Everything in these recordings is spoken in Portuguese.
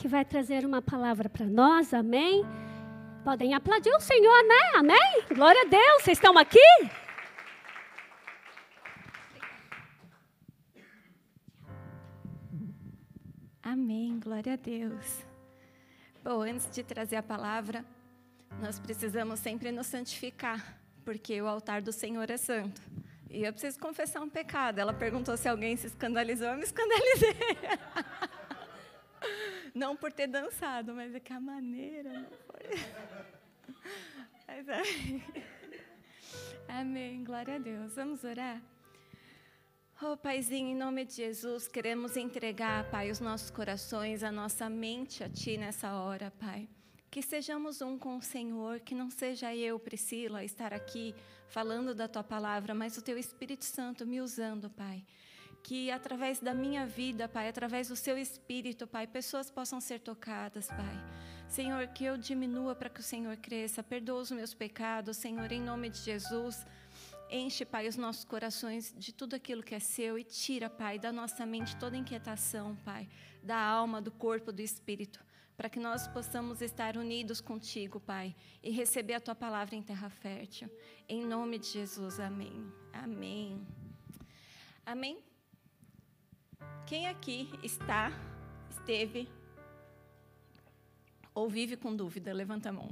que vai trazer uma palavra para nós, amém? Podem aplaudir o Senhor, né? Amém? Glória a Deus, vocês estão aqui? Amém, glória a Deus. Bom, antes de trazer a palavra, nós precisamos sempre nos santificar, porque o altar do Senhor é santo. E eu preciso confessar um pecado. Ela perguntou se alguém se escandalizou, eu me escandalizei. Não por ter dançado, mas é que a maneira não foi. Mas, amém, glória a Deus. Vamos orar? Oh, Paizinho, em nome de Jesus, queremos entregar, Pai, os nossos corações, a nossa mente a Ti nessa hora, Pai. Que sejamos um com o Senhor, que não seja eu, Priscila, estar aqui falando da Tua palavra, mas o Teu Espírito Santo me usando, Pai. Que através da minha vida, Pai, através do Seu Espírito, Pai, pessoas possam ser tocadas, Pai. Senhor, que eu diminua para que o Senhor cresça. Perdoa os meus pecados, Senhor, em nome de Jesus. Enche, Pai, os nossos corações de tudo aquilo que é Seu e tira, Pai, da nossa mente toda inquietação, Pai, da alma, do corpo, do Espírito, para que nós possamos estar unidos contigo, Pai, e receber a Tua palavra em terra fértil. Em nome de Jesus, amém. Amém. Amém? Quem aqui esteve, ou vive com dúvida? Levanta a mão.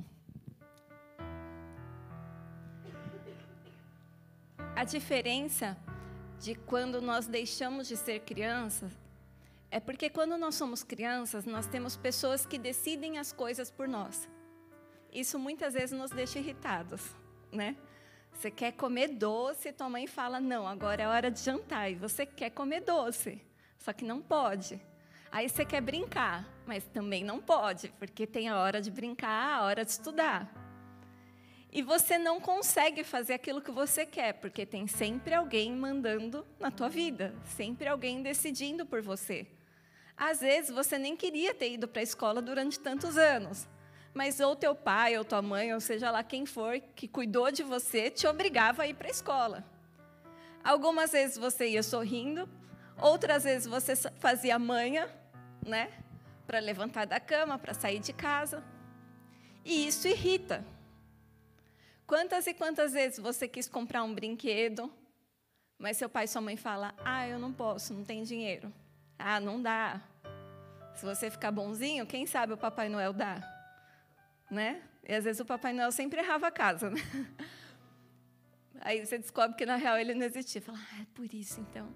A diferença de quando nós deixamos de ser crianças é porque quando nós somos crianças, nós temos pessoas que decidem as coisas por nós. Isso muitas vezes nos deixa irritados, né? Você quer comer doce, tua mãe fala, não, agora é hora de jantar, e você quer comer doce, só que não pode. Aí você quer brincar, mas também não pode, porque tem a hora de brincar, a hora de estudar. E você não consegue fazer aquilo que você quer, porque tem sempre alguém mandando na tua vida, sempre alguém decidindo por você. Às vezes, você nem queria ter ido para a escola durante tantos anos, mas ou teu pai, ou tua mãe, ou seja lá quem for, que cuidou de você, te obrigava a ir para a escola. Algumas vezes você ia sorrindo, outras vezes você fazia manha, né, para levantar da cama, para sair de casa. E isso irrita. Quantas e quantas vezes você quis comprar um brinquedo, mas seu pai e sua mãe falam, eu não posso, não tenho dinheiro. Não dá. Se você ficar bonzinho, quem sabe o Papai Noel dá. Né? E às vezes o Papai Noel sempre errava a casa. Né? Aí você descobre que na real ele não existia. Fala, é por isso então.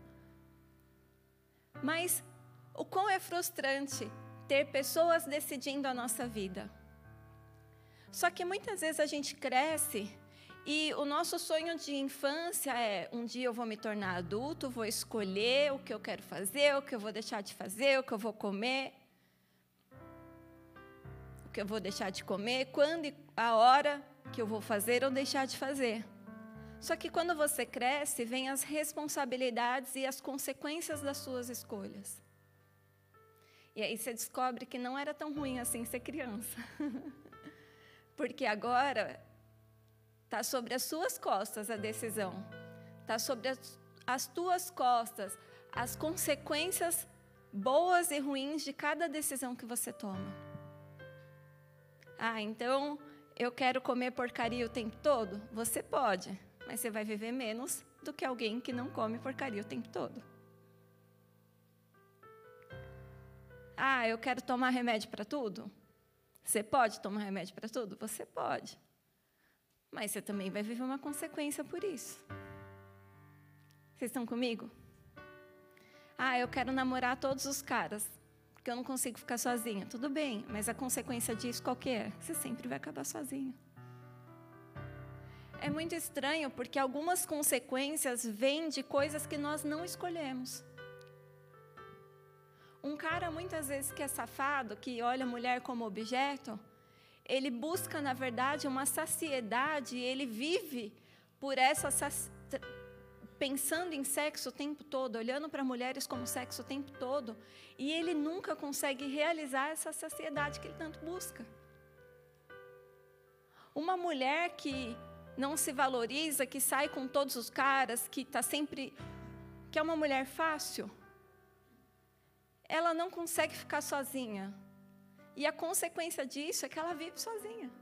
Mas o quão é frustrante ter pessoas decidindo a nossa vida. Só que muitas vezes a gente cresce e o nosso sonho de infância é um dia eu vou me tornar adulto, vou escolher o que eu quero fazer, o que eu vou deixar de fazer, o que eu vou comer, o que eu vou deixar de comer, quando e a hora que eu vou fazer ou deixar de fazer. Só que quando você cresce, vem as responsabilidades e as consequências das suas escolhas. E aí você descobre que não era tão ruim assim ser criança. Porque agora está sobre as suas costas a decisão. Está sobre as tuas costas as consequências boas e ruins de cada decisão que você toma. Então eu quero comer porcaria o tempo todo? Você pode, mas você vai viver menos do que alguém que não come porcaria o tempo todo. Eu quero tomar remédio para tudo? Você pode tomar remédio para tudo? Você pode. Mas você também vai viver uma consequência por isso. Vocês estão comigo? Eu quero namorar todos os caras, porque eu não consigo ficar sozinha. Tudo bem, mas a consequência disso qual que é? Você sempre vai acabar sozinha. É muito estranho, porque algumas consequências vêm de coisas que nós não escolhemos. Um cara, muitas vezes, que é safado, que olha a mulher como objeto, ele busca, na verdade, uma saciedade, e ele vive por essa pensando em sexo o tempo todo, olhando para mulheres como sexo o tempo todo, e ele nunca consegue realizar essa saciedade que ele tanto busca. Uma mulher que não se valoriza, que sai com todos os caras, que está sempre... que é uma mulher fácil, ela não consegue ficar sozinha. E a consequência disso é que ela vive sozinha.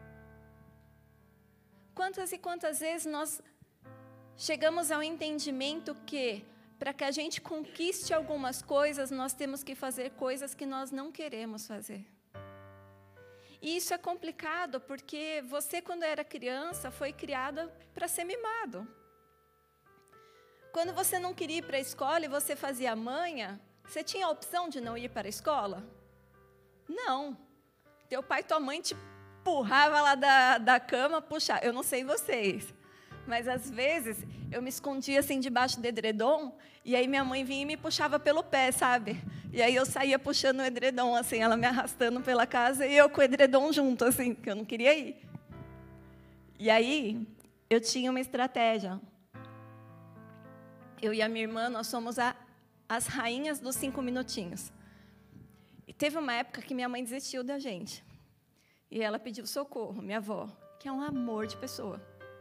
Quantas e quantas vezes nós chegamos ao entendimento que, para que a gente conquiste algumas coisas, nós temos que fazer coisas que nós não queremos fazer. E isso é complicado, porque você, quando era criança, foi criada para ser mimado. Quando você não queria ir para a escola e você fazia manha, você tinha a opção de não ir para a escola? Não. Teu pai e tua mãe te empurrava lá da cama, puxava. Eu não sei vocês, mas às vezes eu me escondia assim debaixo do edredom, e aí minha mãe vinha e me puxava pelo pé, sabe? E aí eu saía puxando o edredom, assim, ela me arrastando pela casa e eu com o edredom junto, assim, porque eu não queria ir. E aí eu tinha uma estratégia. Eu e a minha irmã, nós somos as rainhas dos 5 minutinhos. E teve uma época que minha mãe desistiu da gente. E ela pediu socorro, minha avó, que é um amor de pessoa.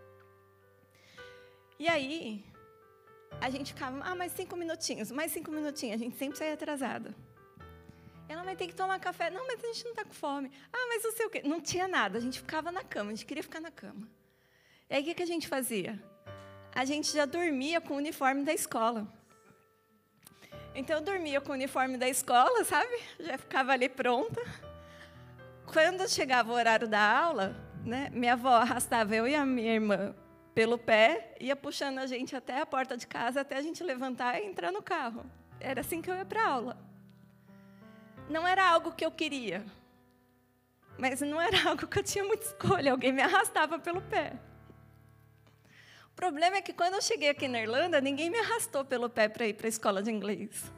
E aí, a gente ficava, mais 5 minutinhos, mais 5 minutinhos. A gente sempre saía atrasada. Ela vai ter que tomar café. Não, mas a gente não está com fome. Mas não sei o quê. Não tinha nada, a gente ficava na cama, a gente queria ficar na cama. E aí, o que a gente fazia? A gente já dormia com o uniforme da escola. Então, eu dormia com o uniforme da escola, sabe? Já ficava ali pronta. Quando chegava o horário da aula, né, minha avó arrastava eu e a minha irmã pelo pé, ia puxando a gente até a porta de casa, até a gente levantar e entrar no carro. Era assim que eu ia para a aula. Não era algo que eu queria, mas não era algo que eu tinha muita escolha. Alguém me arrastava pelo pé. O problema é que, quando eu cheguei aqui na Irlanda, ninguém me arrastou pelo pé para ir para a escola de inglês.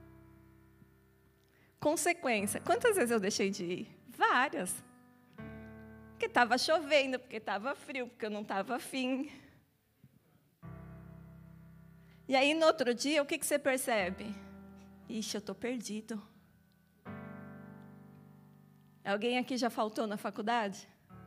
Consequência, quantas vezes eu deixei de ir? Várias. Porque estava chovendo, porque estava frio, porque eu não estava afim. E aí, no outro dia, o que você percebe? Ixi, eu estou perdido. Alguém aqui já faltou na faculdade?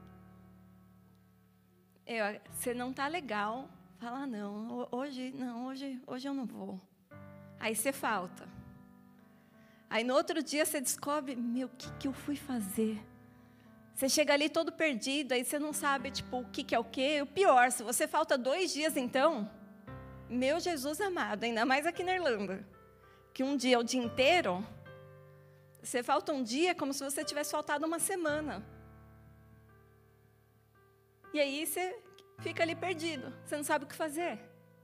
Você não está legal. Fala, não, hoje eu não vou. Aí você falta. Aí, no outro dia, você descobre, o que eu fui fazer? Você chega ali todo perdido, aí você não sabe, o que é o quê. O pior, se você falta 2 dias, então, meu Jesus amado, ainda mais aqui na Irlanda, que um dia é o dia inteiro, você falta um dia, é como se você tivesse faltado uma semana. E aí você fica ali perdido, você não sabe o que fazer.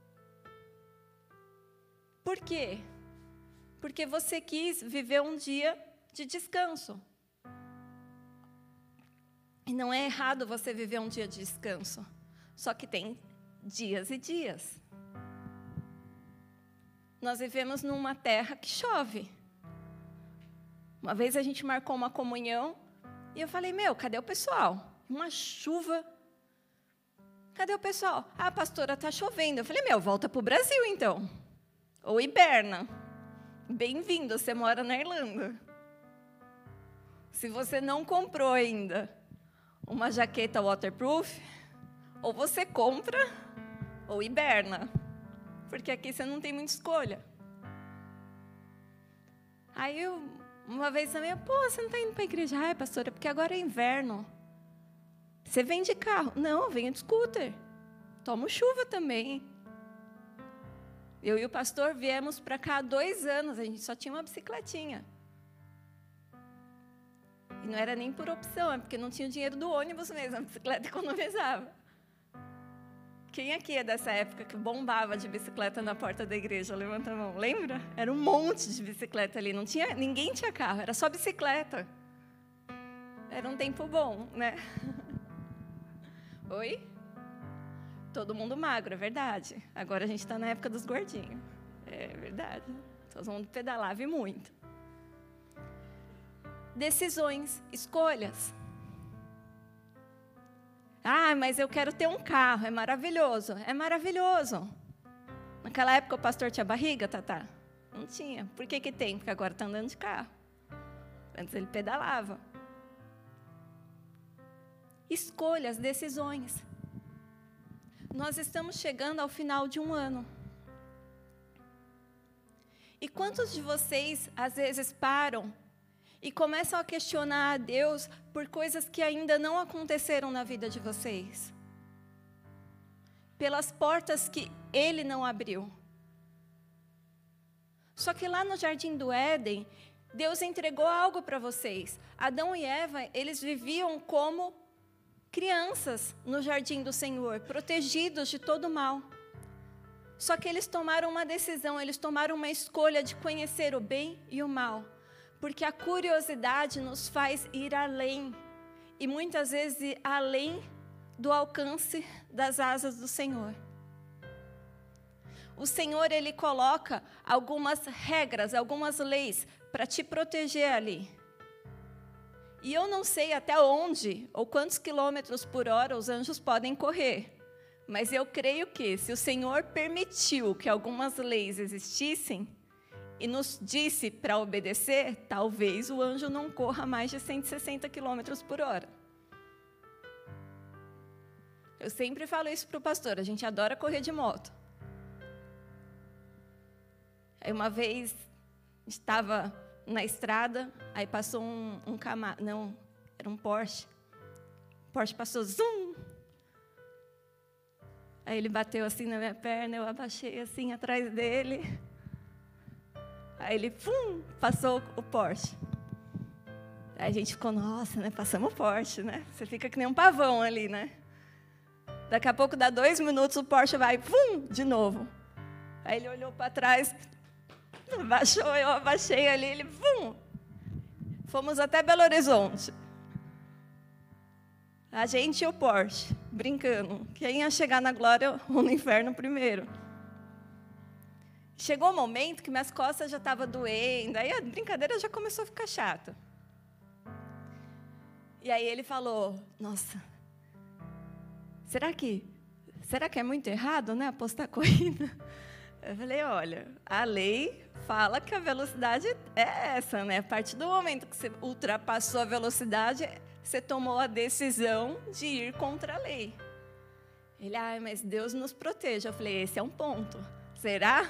Por quê? Porque você quis viver um dia de descanso. E não é errado você viver um dia de descanso. Só que tem dias e dias. Nós vivemos numa terra que chove. Uma vez a gente marcou uma comunhão e eu falei, cadê o pessoal? Uma chuva. Cadê o pessoal? Pastora, está chovendo. Eu falei, volta para o Brasil, então. Ou hiberna. Bem-vindo, você mora na Irlanda. Se você não comprou ainda uma jaqueta waterproof, ou você compra, ou hiberna. Porque aqui você não tem muita escolha. Aí, uma vez também, você não está indo para a igreja? Pastora, porque agora é inverno. Você vem de carro? Não, eu venho de scooter. Tomo chuva também. Eu e o pastor viemos para cá há 2 anos, a gente só tinha uma bicicletinha. E não era nem por opção, é porque não tinha o dinheiro do ônibus mesmo, a bicicleta economizava. Quem aqui é dessa época que bombava de bicicleta na porta da igreja? Levanta a mão, lembra? Era um monte de bicicleta ali, ninguém tinha carro, era só bicicleta. Era um tempo bom, né? Oi? Todo mundo magro, é verdade. Agora a gente está na época dos gordinhos. É verdade. Todo mundo pedalava e muito. Decisões, escolhas. Mas eu quero ter um carro, é maravilhoso. É maravilhoso. Naquela época o pastor tinha barriga, Tatá? Não tinha. Por que tem? Porque agora está andando de carro. Antes ele pedalava. Escolhas, decisões. Nós estamos chegando ao final de um ano. E quantos de vocês, às vezes, param e começam a questionar a Deus por coisas que ainda não aconteceram na vida de vocês, pelas portas que Ele não abriu. Só que lá no Jardim do Éden, Deus entregou algo para vocês. Adão e Eva, eles viviam como crianças no Jardim do Senhor, protegidos de todo o mal. Só que eles tomaram uma decisão, eles tomaram uma escolha de conhecer o bem e o mal. Porque a curiosidade nos faz ir além. E muitas vezes ir além do alcance das asas do Senhor. O Senhor, Ele coloca algumas regras, algumas leis para te proteger ali. E eu não sei até onde ou quantos quilômetros por hora os anjos podem correr. Mas eu creio que, se o Senhor permitiu que algumas leis existissem e nos disse para obedecer, talvez o anjo não corra mais de 160 quilômetros por hora. Eu sempre falo isso para o pastor, a gente adora correr de moto. Aí uma vez, estava na estrada, aí passou um Camaro, não, era um Porsche. O Porsche passou, zum! Aí ele bateu assim na minha perna, eu abaixei assim atrás dele. Aí ele, pum, passou o Porsche. Aí a gente ficou, nossa, né, passamos o Porsche, né? Você fica que nem um pavão ali, né? Daqui a pouco, dá 2 minutos, o Porsche vai, pum, de novo. Aí ele olhou para trás, abaixou, eu abaixei ali, ele, pum. Fomos até Belo Horizonte. A gente e o Porsche, brincando. Quem ia chegar na glória ou no inferno primeiro. Chegou um momento que minhas costas já estavam doendo, aí a brincadeira já começou a ficar chata. E aí ele falou, nossa, será que é muito errado, né, apostar corrida? Eu falei, olha, a lei fala que a velocidade é essa, né? A partir do momento que você ultrapassou a velocidade, você tomou a decisão de ir contra a lei. Ele, mas Deus nos protege. Eu falei, esse é um ponto. Será?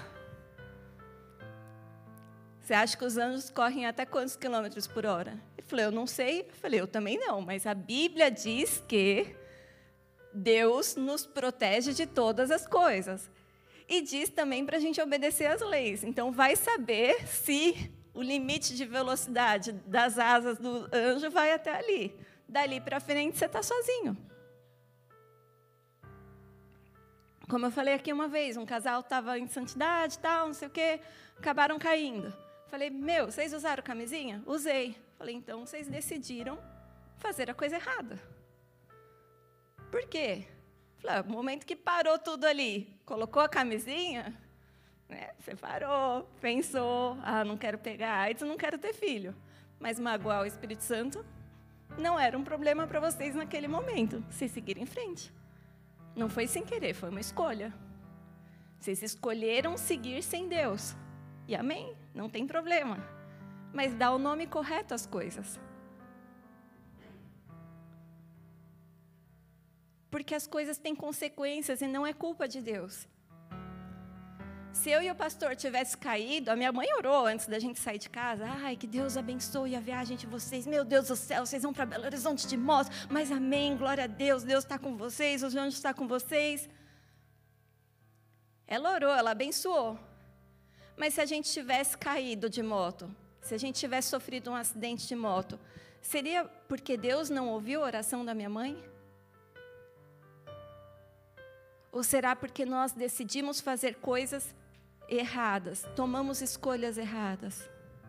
Você acha que os anjos correm até quantos quilômetros por hora? Ele falou, eu não sei. Eu falei, eu também não, mas a Bíblia diz que Deus nos protege de todas as coisas. E diz também para a gente obedecer às leis. Então, vai saber se o limite de velocidade das asas do anjo vai até ali. Dali para frente, você está sozinho. Como eu falei aqui uma vez, um casal estava em santidade, tal, não sei o quê, acabaram caindo. Falei, vocês usaram camisinha? Usei. Falei, então, vocês decidiram fazer a coisa errada. Por quê? Falei, no momento que parou tudo ali, colocou a camisinha, né, você parou, pensou, não quero pegar AIDS, não quero ter filho. Mas magoar o Espírito Santo não era um problema para vocês naquele momento. Vocês seguiram em frente. Não foi sem querer, foi uma escolha. Vocês escolheram seguir sem Deus. E amém, não tem problema. Mas dá o nome correto às coisas. Porque as coisas têm consequências e não é culpa de Deus. Se eu e o pastor tivesse caído, a minha mãe orou antes da gente sair de casa. Que Deus abençoe a viagem de vocês. Meu Deus do céu, vocês vão para Belo Horizonte de moto. Mas amém, glória a Deus, Deus está com vocês, os anjos estão com vocês. Ela orou, ela abençoou. Mas se a gente tivesse caído de moto, se a gente tivesse sofrido um acidente de moto, seria porque Deus não ouviu a oração da minha mãe? Ou será porque nós decidimos fazer coisas erradas, tomamos escolhas erradas?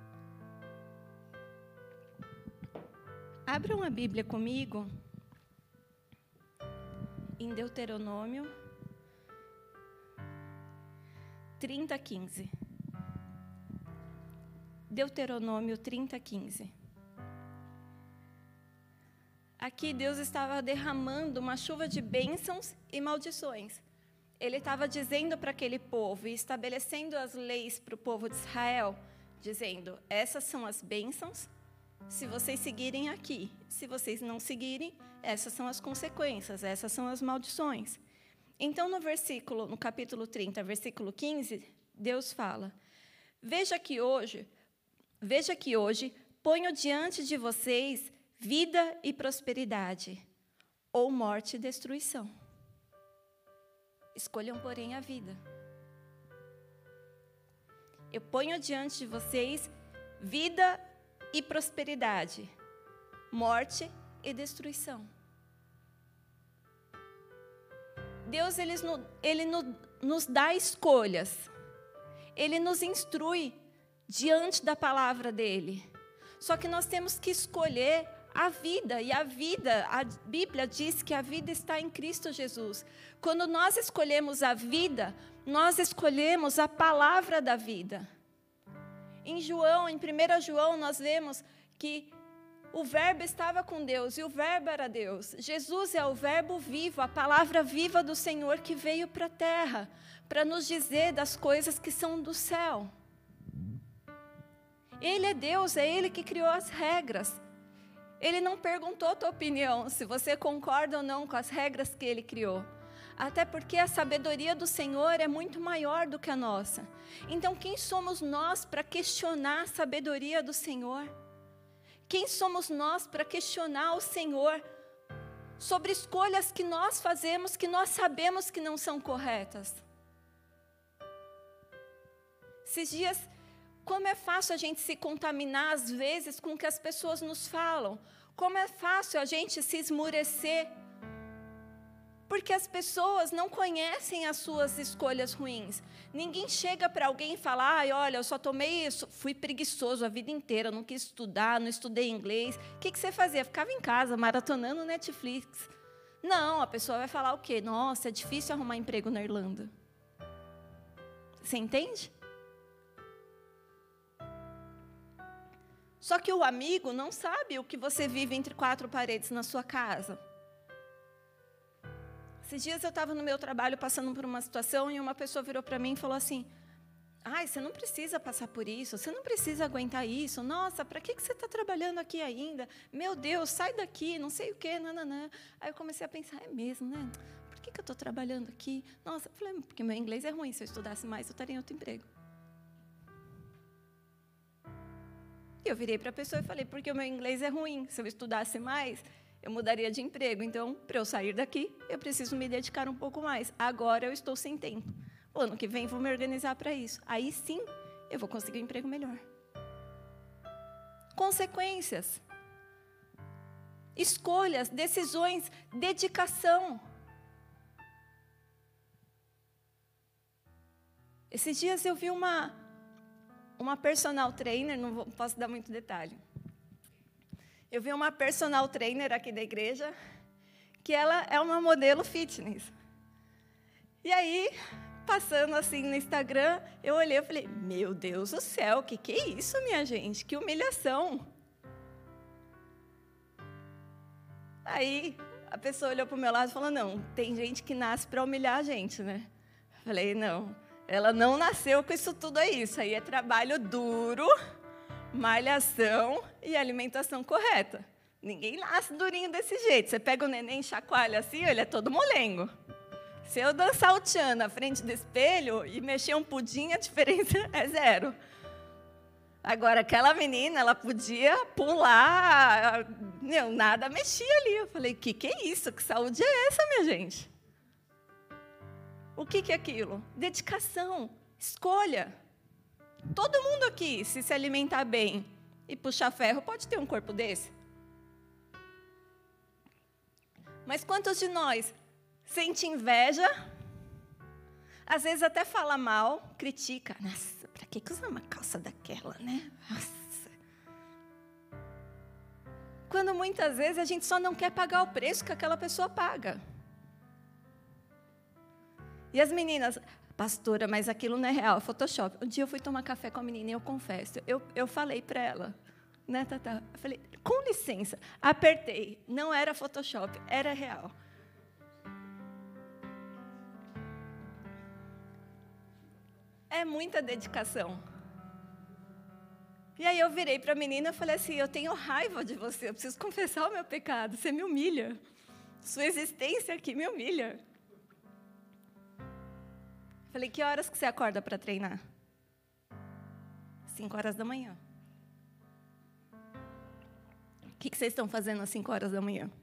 Abram a Bíblia comigo, em Deuteronômio 30:15. Deuteronômio 30:15. Aqui Deus estava derramando uma chuva de bênçãos e maldições. Ele estava dizendo para aquele povo e estabelecendo as leis para o povo de Israel, dizendo, essas são as bênçãos, se vocês seguirem aqui. Se vocês não seguirem, essas são as consequências, essas são as maldições. Então, no capítulo 30, versículo 15, Deus fala, Veja que hoje ponho diante de vocês vida e prosperidade, ou morte e destruição. Escolham, porém, a vida. Eu ponho diante de vocês vida e prosperidade, morte e destruição. Deus, Ele nos dá escolhas. Ele nos instrui diante da palavra dEle. Só que nós temos que escolher a vida. E a Bíblia diz que a vida está em Cristo Jesus. Quando nós escolhemos a vida, nós escolhemos a palavra da vida. Em 1 João, nós vemos que o verbo estava com Deus e o verbo era Deus. Jesus é o verbo vivo, a palavra viva do Senhor que veio para a terra, para nos dizer das coisas que são do céu. Ele é Deus, é Ele que criou as regras. Ele não perguntou a tua opinião, se você concorda ou não com as regras que Ele criou. Até porque a sabedoria do Senhor é muito maior do que a nossa. Então, quem somos nós para questionar a sabedoria do Senhor? Quem somos nós para questionar o Senhor sobre escolhas que nós fazemos, que nós sabemos que não são corretas? Esses dias, como é fácil a gente se contaminar, às vezes, com o que as pessoas nos falam. Como é fácil a gente se esmurecer. Porque as pessoas não conhecem as suas escolhas ruins. Ninguém chega para alguém e fala, olha, eu só tomei isso, fui preguiçoso a vida inteira, não quis estudar, não estudei inglês. O que você fazia? Ficava em casa, maratonando Netflix. Não, a pessoa vai falar o quê? Nossa, é difícil arrumar emprego na Irlanda. Você entende? Só que o amigo não sabe o que você vive entre quatro paredes na sua casa. Esses dias eu estava no meu trabalho passando por uma situação e uma pessoa virou para mim e falou assim, você não precisa passar por isso, você não precisa aguentar isso, nossa, para que você está trabalhando aqui ainda? Meu Deus, sai daqui, não sei o quê, nananã. Aí eu comecei a pensar, é mesmo, né? Por que eu estou trabalhando aqui? Nossa, eu falei, porque meu inglês é ruim, se eu estudasse mais eu estaria em outro emprego. E eu virei para a pessoa e falei, porque o meu inglês é ruim, se eu estudasse mais, eu mudaria de emprego. Então, para eu sair daqui, eu preciso me dedicar um pouco mais. Agora eu estou sem tempo. O ano que vem vou me organizar para isso. Aí sim, eu vou conseguir um emprego melhor. Consequências. Escolhas, decisões, dedicação. Esses dias eu vi uma personal trainer, não posso dar muito detalhe. Eu vi uma personal trainer aqui da igreja, que ela é uma modelo fitness. E aí, passando assim no Instagram, eu olhei e falei, meu Deus do céu, o que é isso, minha gente? Que humilhação. Aí, a pessoa olhou para o meu lado e falou, não, tem gente que nasce para humilhar a gente, né? Eu falei, não, ela não nasceu com isso tudo aí, isso aí é trabalho duro, malhação e alimentação correta. Ninguém nasce durinho desse jeito. Você pega o neném, chacoalha assim, ele é todo molengo. Se eu dançar o tchan na frente do espelho e mexer um pudim, a diferença é zero. Agora, aquela menina, ela podia pular, não, nada mexia ali. Eu falei, que é isso? Que saúde é essa, minha gente? O que é aquilo? Dedicação, escolha. Todo mundo aqui, se alimentar bem e puxar ferro, pode ter um corpo desse. Mas quantos de nós sente inveja, às vezes até fala mal, critica. Nossa, para que usar uma calça daquela, né? Nossa. Quando muitas vezes a gente só não quer pagar o preço que aquela pessoa paga. E as meninas... Pastora, mas aquilo não é real, é Photoshop. Um dia eu fui tomar café com a menina e eu confesso, eu falei para ela, né, Tata? Eu falei, com licença, apertei, não era Photoshop, era real. É muita dedicação. E aí eu virei para a menina e falei assim, eu tenho raiva de você, eu preciso confessar o meu pecado, você me humilha. Sua existência aqui me humilha. Falei, que horas que você acorda para treinar? 5 horas da manhã. que vocês estão fazendo às 5 horas da manhã?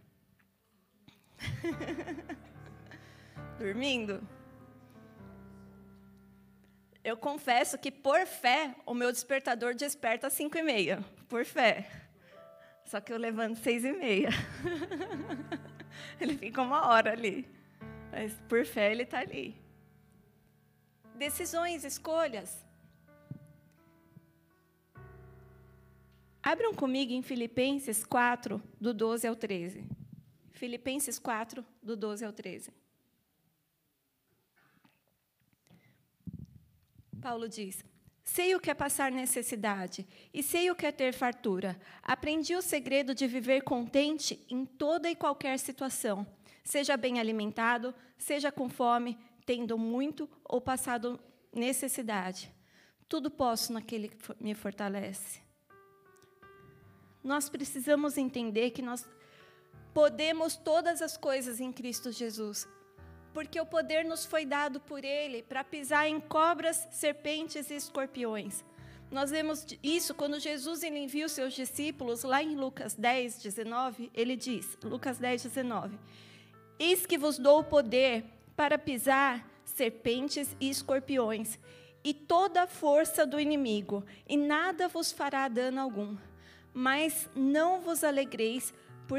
Dormindo? Eu confesso que, por fé, o meu despertador desperta às 5h30. Por fé. Só que eu levanto 6h30. Ele fica 1 hora ali. Mas, por fé, ele está ali. Decisões, escolhas. Abram comigo em Filipenses 4, do 12 ao 13. Filipenses 4, do 12 ao 13. Paulo diz: sei o que é passar necessidade, e sei o que é ter fartura. Aprendi o segredo de viver contente em toda e qualquer situação, seja bem alimentado, seja com fome, tendo muito ou passado necessidade. Tudo posso naquele que me fortalece. Nós precisamos entender que nós podemos todas as coisas em Cristo Jesus, porque o poder nos foi dado por Ele para pisar em cobras, serpentes e escorpiões. Nós vemos isso quando Jesus envia os seus discípulos, lá em Lucas 10, 19, ele diz, Lucas 10, 19, eis que vos dou o poder para pisar serpentes e escorpiões, e toda a força do inimigo, e nada vos fará dano algum. Mas não vos alegreis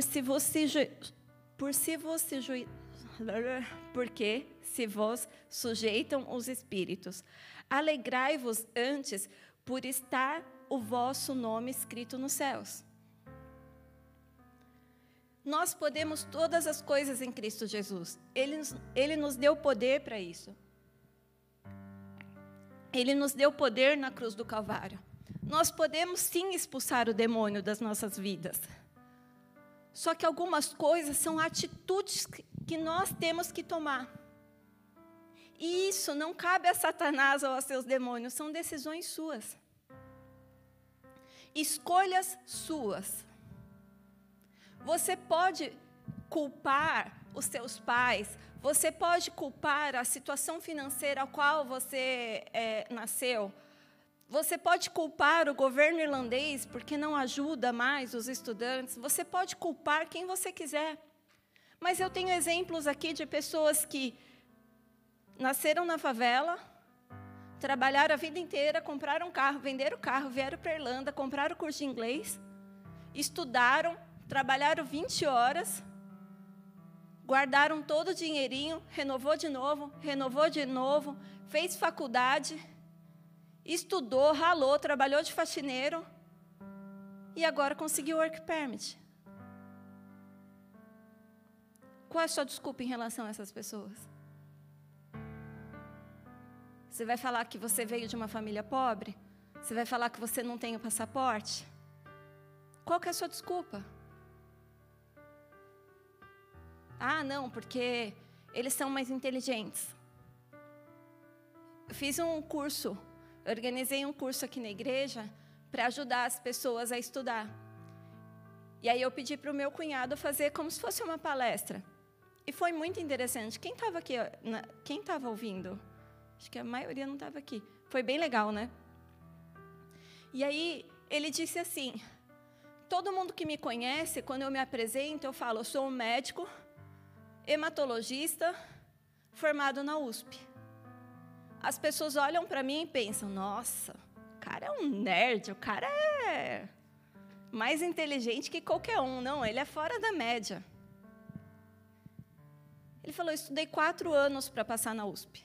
porque se vos sujeitam os espíritos. Alegrai-vos antes por estar o vosso nome escrito nos céus. Nós podemos todas as coisas em Cristo Jesus. Ele nos deu poder para isso. Ele nos deu poder na cruz do Calvário. Nós podemos sim expulsar o demônio das nossas vidas. Só que algumas coisas são atitudes que nós temos que tomar. E isso não cabe a Satanás ou a seus demônios, são decisões suas. Escolhas suas. Você pode culpar os seus pais, você pode culpar a situação financeira a qual você nasceu, você pode culpar o governo irlandês porque não ajuda mais os estudantes, você pode culpar quem você quiser. Mas eu tenho exemplos aqui de pessoas que nasceram na favela, trabalharam a vida inteira, compraram um carro, venderam o carro, vieram para a Irlanda, compraram o curso de inglês, estudaram, trabalharam 20 horas, guardaram todo o dinheirinho, renovou de novo, fez faculdade, estudou, ralou, trabalhou de faxineiro e agora conseguiu work permit. Qual é a sua desculpa em relação a essas pessoas? Você vai falar que você veio de uma família pobre? Você vai falar que você não tem o passaporte? Qual que é a sua desculpa? Ah, não, porque eles são mais inteligentes. Eu fiz um curso, organizei um curso aqui na igreja para ajudar as pessoas a estudar. E aí eu pedi para o meu cunhado fazer como se fosse uma palestra. E foi muito interessante. Quem estava aqui? Quem estava ouvindo? Acho que a maioria não estava aqui. Foi bem legal, né? E aí ele disse assim, todo mundo que me conhece, quando eu me apresento, eu falo, eu sou um médico, hematologista, formado na USP. As pessoas olham para mim e pensam, nossa, o cara é um nerd, o cara é mais inteligente que qualquer um. Não, ele é fora da média. Ele falou, eu estudei 4 anos para passar na USP.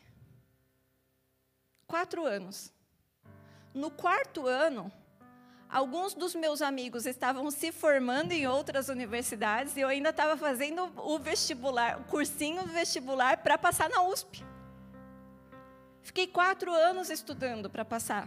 4 anos. No 4º ano, alguns dos meus amigos estavam se formando em outras universidades e eu ainda estava fazendo o vestibular, o cursinho vestibular para passar na USP. Fiquei 4 anos estudando para passar.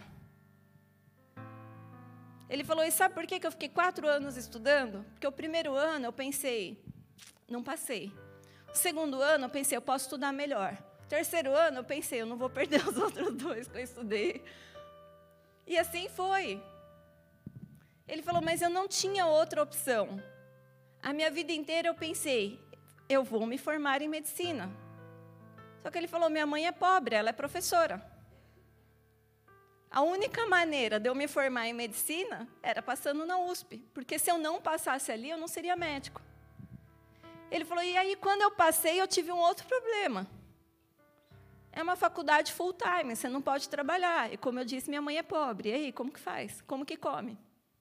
Ele falou, e sabe por que eu fiquei 4 anos estudando? Porque o 1º ano eu pensei, não passei. O 2º ano eu pensei, eu posso estudar melhor. O 3º ano eu pensei, eu não vou perder os outros 2 que eu estudei. E assim foi. Ele falou, mas eu não tinha outra opção. A minha vida inteira eu pensei, eu vou me formar em medicina. Só que ele falou, minha mãe é pobre, ela é professora. A única maneira de eu me formar em medicina era passando na USP, porque se eu não passasse ali, eu não seria médico. Ele falou, e aí, quando eu passei, eu tive um outro problema. É uma faculdade full time, você não pode trabalhar. E, como eu disse, minha mãe é pobre. E aí, como que faz? Como que come?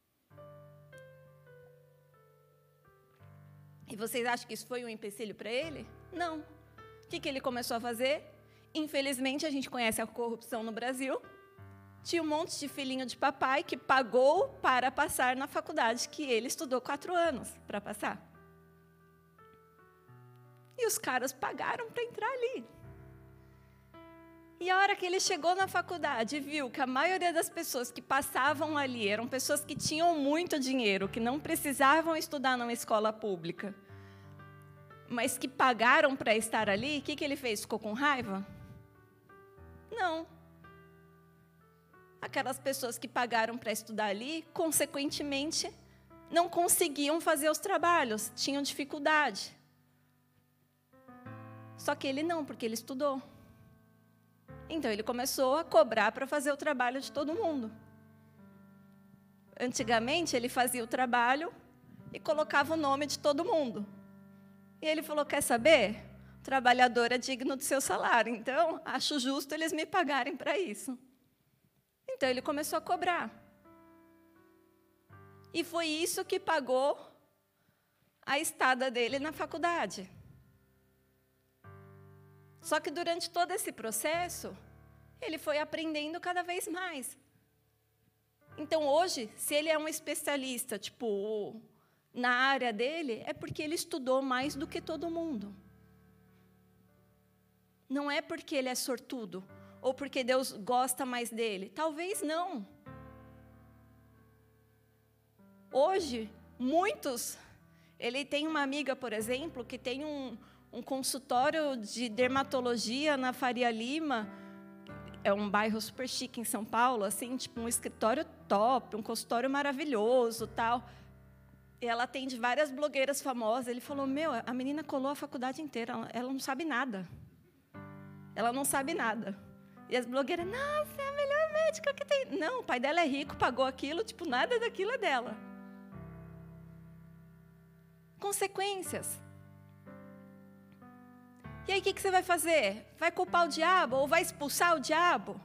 E vocês acham que isso foi um empecilho para ele? Não. O que ele começou a fazer? Infelizmente, a gente conhece a corrupção no Brasil. Tinha um monte de filhinho de papai que pagou para passar na faculdade que ele estudou 4 anos para passar. E os caras pagaram para entrar ali. E a hora que ele chegou na faculdade e viu que a maioria das pessoas que passavam ali eram pessoas que tinham muito dinheiro, que não precisavam estudar numa escola pública, mas que pagaram para estar ali, o que ele fez? Ficou com raiva? Não. Aquelas pessoas que pagaram para estudar ali, consequentemente, não conseguiam fazer os trabalhos, tinham dificuldade. Só que ele não, porque ele estudou. Então, ele começou a cobrar para fazer o trabalho de todo mundo. Antigamente, ele fazia o trabalho e colocava o nome de todo mundo. E ele falou, quer saber? O trabalhador é digno do seu salário, então, acho justo eles me pagarem para isso. Então, ele começou a cobrar. E foi isso que pagou a estada dele na faculdade. Só que durante todo esse processo, ele foi aprendendo cada vez mais. Então, hoje, se ele é um especialista, tipo, na área dele, é porque ele estudou mais do que todo mundo. Não é porque ele é sortudo, ou porque Deus gosta mais dele. Talvez não. Hoje, muitos... Ele tem uma amiga, por exemplo, que tem um consultório de dermatologia na Faria Lima, é um bairro super chique em São Paulo, assim, tipo um escritório top, um consultório maravilhoso, tal. E ela atende várias blogueiras famosas. Ele falou, a menina colou a faculdade inteira, ela não sabe nada. Ela não sabe nada. E as blogueiras, nossa, é a melhor médica que tem. Não, o pai dela é rico, pagou aquilo, tipo, nada daquilo é dela. Consequências. E aí, o que você vai fazer? Vai culpar o diabo ou vai expulsar o diabo?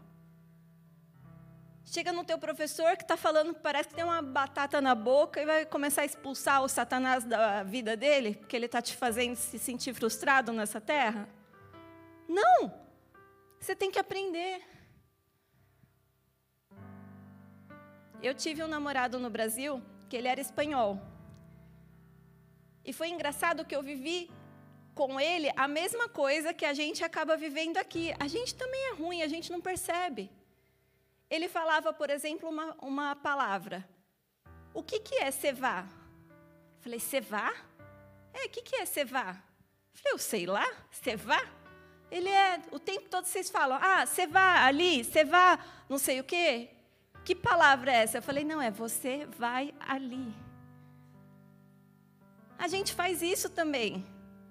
Chega no teu professor que está falando que parece que tem uma batata na boca e vai começar a expulsar o Satanás da vida dele, porque ele está te fazendo se sentir frustrado nessa terra? Não! Você tem que aprender. Eu tive um namorado no Brasil que ele era espanhol. E foi engraçado que eu vivi com ele a mesma coisa que a gente acaba vivendo aqui. A gente também é ruim, a gente não percebe. Ele falava, por exemplo, uma palavra. O que é cevá? Falei, cevá? O que é cevá? Falei, eu sei lá, cevá? Ele o tempo todo vocês falam, cevá ali, cevá, não sei o quê. Que palavra é essa? Eu falei, não, você vai ali. A gente faz isso também.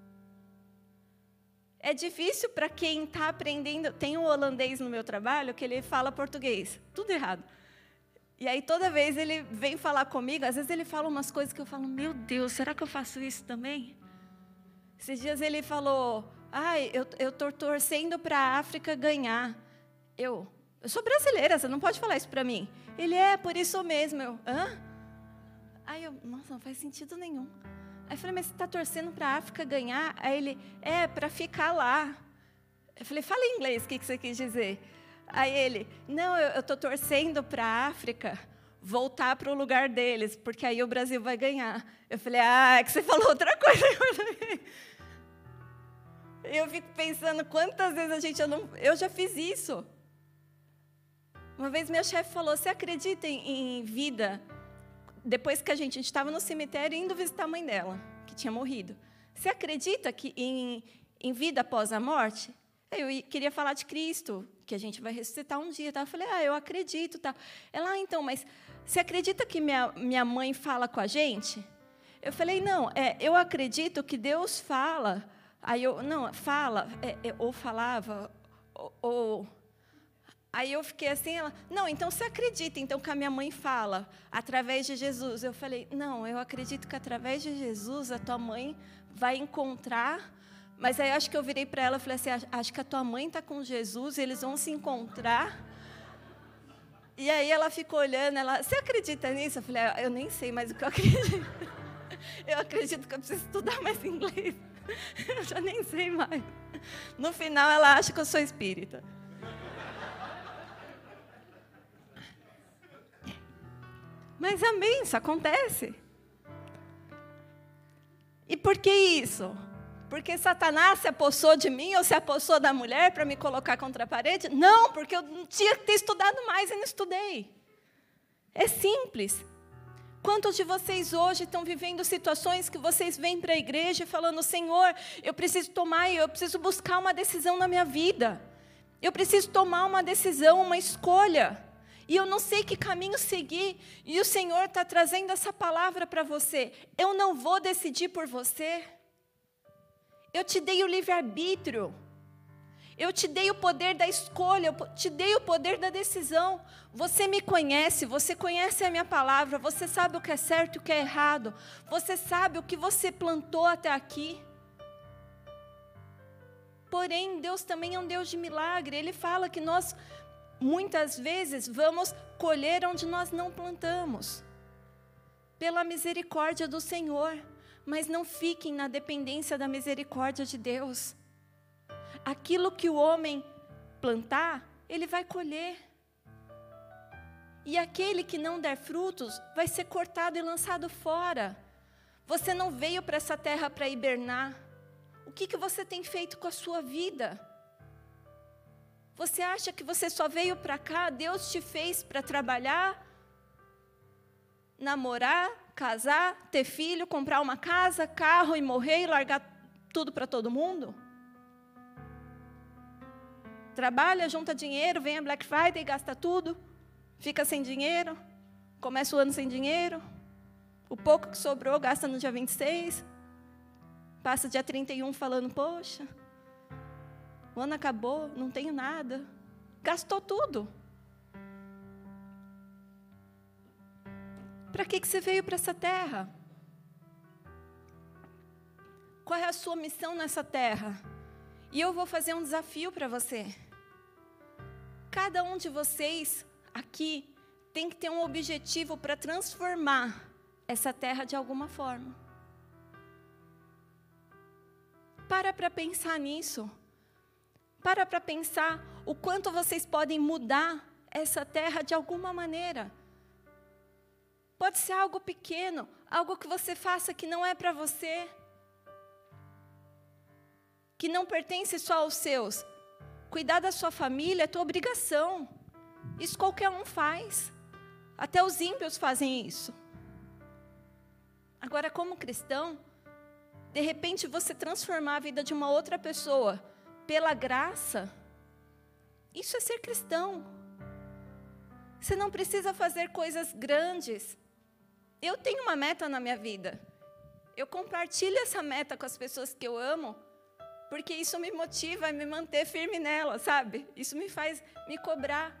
É difícil para quem está aprendendo. Tem um holandês no meu trabalho que ele fala português, tudo errado. E aí, toda vez ele vem falar comigo, às vezes ele fala umas coisas que eu falo, meu Deus, será que eu faço isso também? Esses dias ele falou, eu estou torcendo para a África ganhar. Eu sou brasileira, você não pode falar isso para mim. Ele por isso mesmo. Hã? Nossa, não faz sentido nenhum. Aí eu falei, mas você está torcendo para a África ganhar? Aí ele, para ficar lá. Eu falei, fala em inglês, o que você quis dizer? Aí ele, não, eu estou torcendo para a África voltar para o lugar deles, porque aí o Brasil vai ganhar. Eu falei, é que você falou outra coisa. Eu fico pensando quantas vezes eu já fiz isso. Uma vez meu chefe falou, você acredita em vida? Depois que a gente estava no cemitério indo visitar a mãe dela, que tinha morrido. Você acredita que em vida após a morte? Eu queria falar de Cristo, que a gente vai ressuscitar um dia. Tá? Eu falei, eu acredito. Tá? Ela, então, mas você acredita que minha mãe fala com a gente? Eu falei, não, eu acredito que Deus fala. Aí eu, não, fala, ou falava, ou... Aí eu fiquei assim, ela, não, então você acredita, então que a minha mãe fala, através de Jesus. Eu falei, não, eu acredito que através de Jesus a tua mãe vai encontrar, mas aí acho que eu virei para ela e falei assim, acho que a tua mãe está com Jesus, eles vão se encontrar. E aí ela ficou olhando, ela, você acredita nisso? Eu falei, eu nem sei mais o que eu acredito. Eu acredito que eu preciso estudar mais inglês. Eu já nem sei mais. No final ela acha que eu sou espírita. Mas amém, isso acontece. E por que isso? Porque Satanás se apossou de mim ou se apossou da mulher para me colocar contra a parede? Não, porque eu tinha que ter estudado mais e não estudei. É simples. Quantos de vocês hoje estão vivendo situações que vocês vêm para a igreja falando, Senhor, eu preciso buscar uma decisão na minha vida. Eu preciso tomar uma decisão, uma escolha. E eu não sei que caminho seguir. E o Senhor está trazendo essa palavra para você. Eu não vou decidir por você. Eu te dei o livre-arbítrio. Eu te dei o poder da escolha. Eu te dei o poder da decisão. Você me conhece. Você conhece a minha palavra. Você sabe o que é certo e o que é errado. Você sabe o que você plantou até aqui. Porém, Deus também é um Deus de milagre. Ele fala que nós, muitas vezes, vamos colher onde nós não plantamos. Pela misericórdia do Senhor. Mas não fiquem na dependência da misericórdia de Deus. Aquilo que o homem plantar, ele vai colher. E aquele que não der frutos, vai ser cortado e lançado fora. Você não veio para essa terra para hibernar. O que você tem feito com a sua vida? Você acha que você só veio para cá, Deus te fez para trabalhar, namorar, casar, ter filho, comprar uma casa, carro e morrer e largar tudo para todo mundo? Trabalha, junta dinheiro, vem a Black Friday, gasta tudo, fica sem dinheiro, começa o ano sem dinheiro, o pouco que sobrou gasta no dia 26, passa dia 31 falando, poxa, o ano acabou, não tenho nada, gastou tudo. Para que você veio para essa terra? Qual é a sua missão nessa terra? E eu vou fazer um desafio para você. Cada um de vocês aqui tem que ter um objetivo para transformar essa terra de alguma forma. Para pensar nisso. Para pensar o quanto vocês podem mudar essa terra de alguma maneira. Pode ser algo pequeno, algo que você faça que não é para você, que não pertence só aos seus. Cuidar da sua família é tua obrigação. Isso qualquer um faz. Até os ímpios fazem isso. Agora, como cristão, de repente você transformar a vida de uma outra pessoa pela graça, isso é ser cristão. Você não precisa fazer coisas grandes. Eu tenho uma meta na minha vida. Eu compartilho essa meta com as pessoas que eu amo, porque isso me motiva a me manter firme nela, sabe? Isso me faz me cobrar.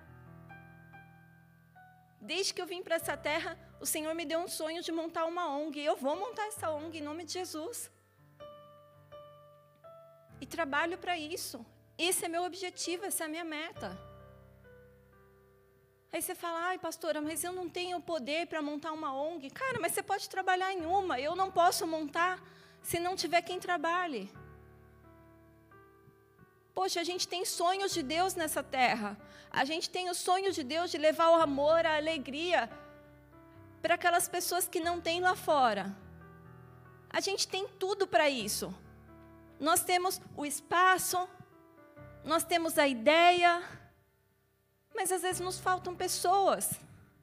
Desde que eu vim para essa terra, o Senhor me deu um sonho de montar uma ONG. E eu vou montar essa ONG em nome de Jesus. E trabalho para isso. Esse é meu objetivo, essa é a minha meta. Aí você fala, ai pastora, mas eu não tenho poder para montar uma ONG. Cara, mas você pode trabalhar em uma. Eu não posso montar se não tiver quem trabalhe. Poxa, a gente tem sonhos de Deus nessa terra. A gente tem o sonho de Deus de levar o amor, a alegria para aquelas pessoas que não têm lá fora. A gente tem tudo para isso. Nós temos o espaço, nós temos a ideia, mas às vezes nos faltam pessoas.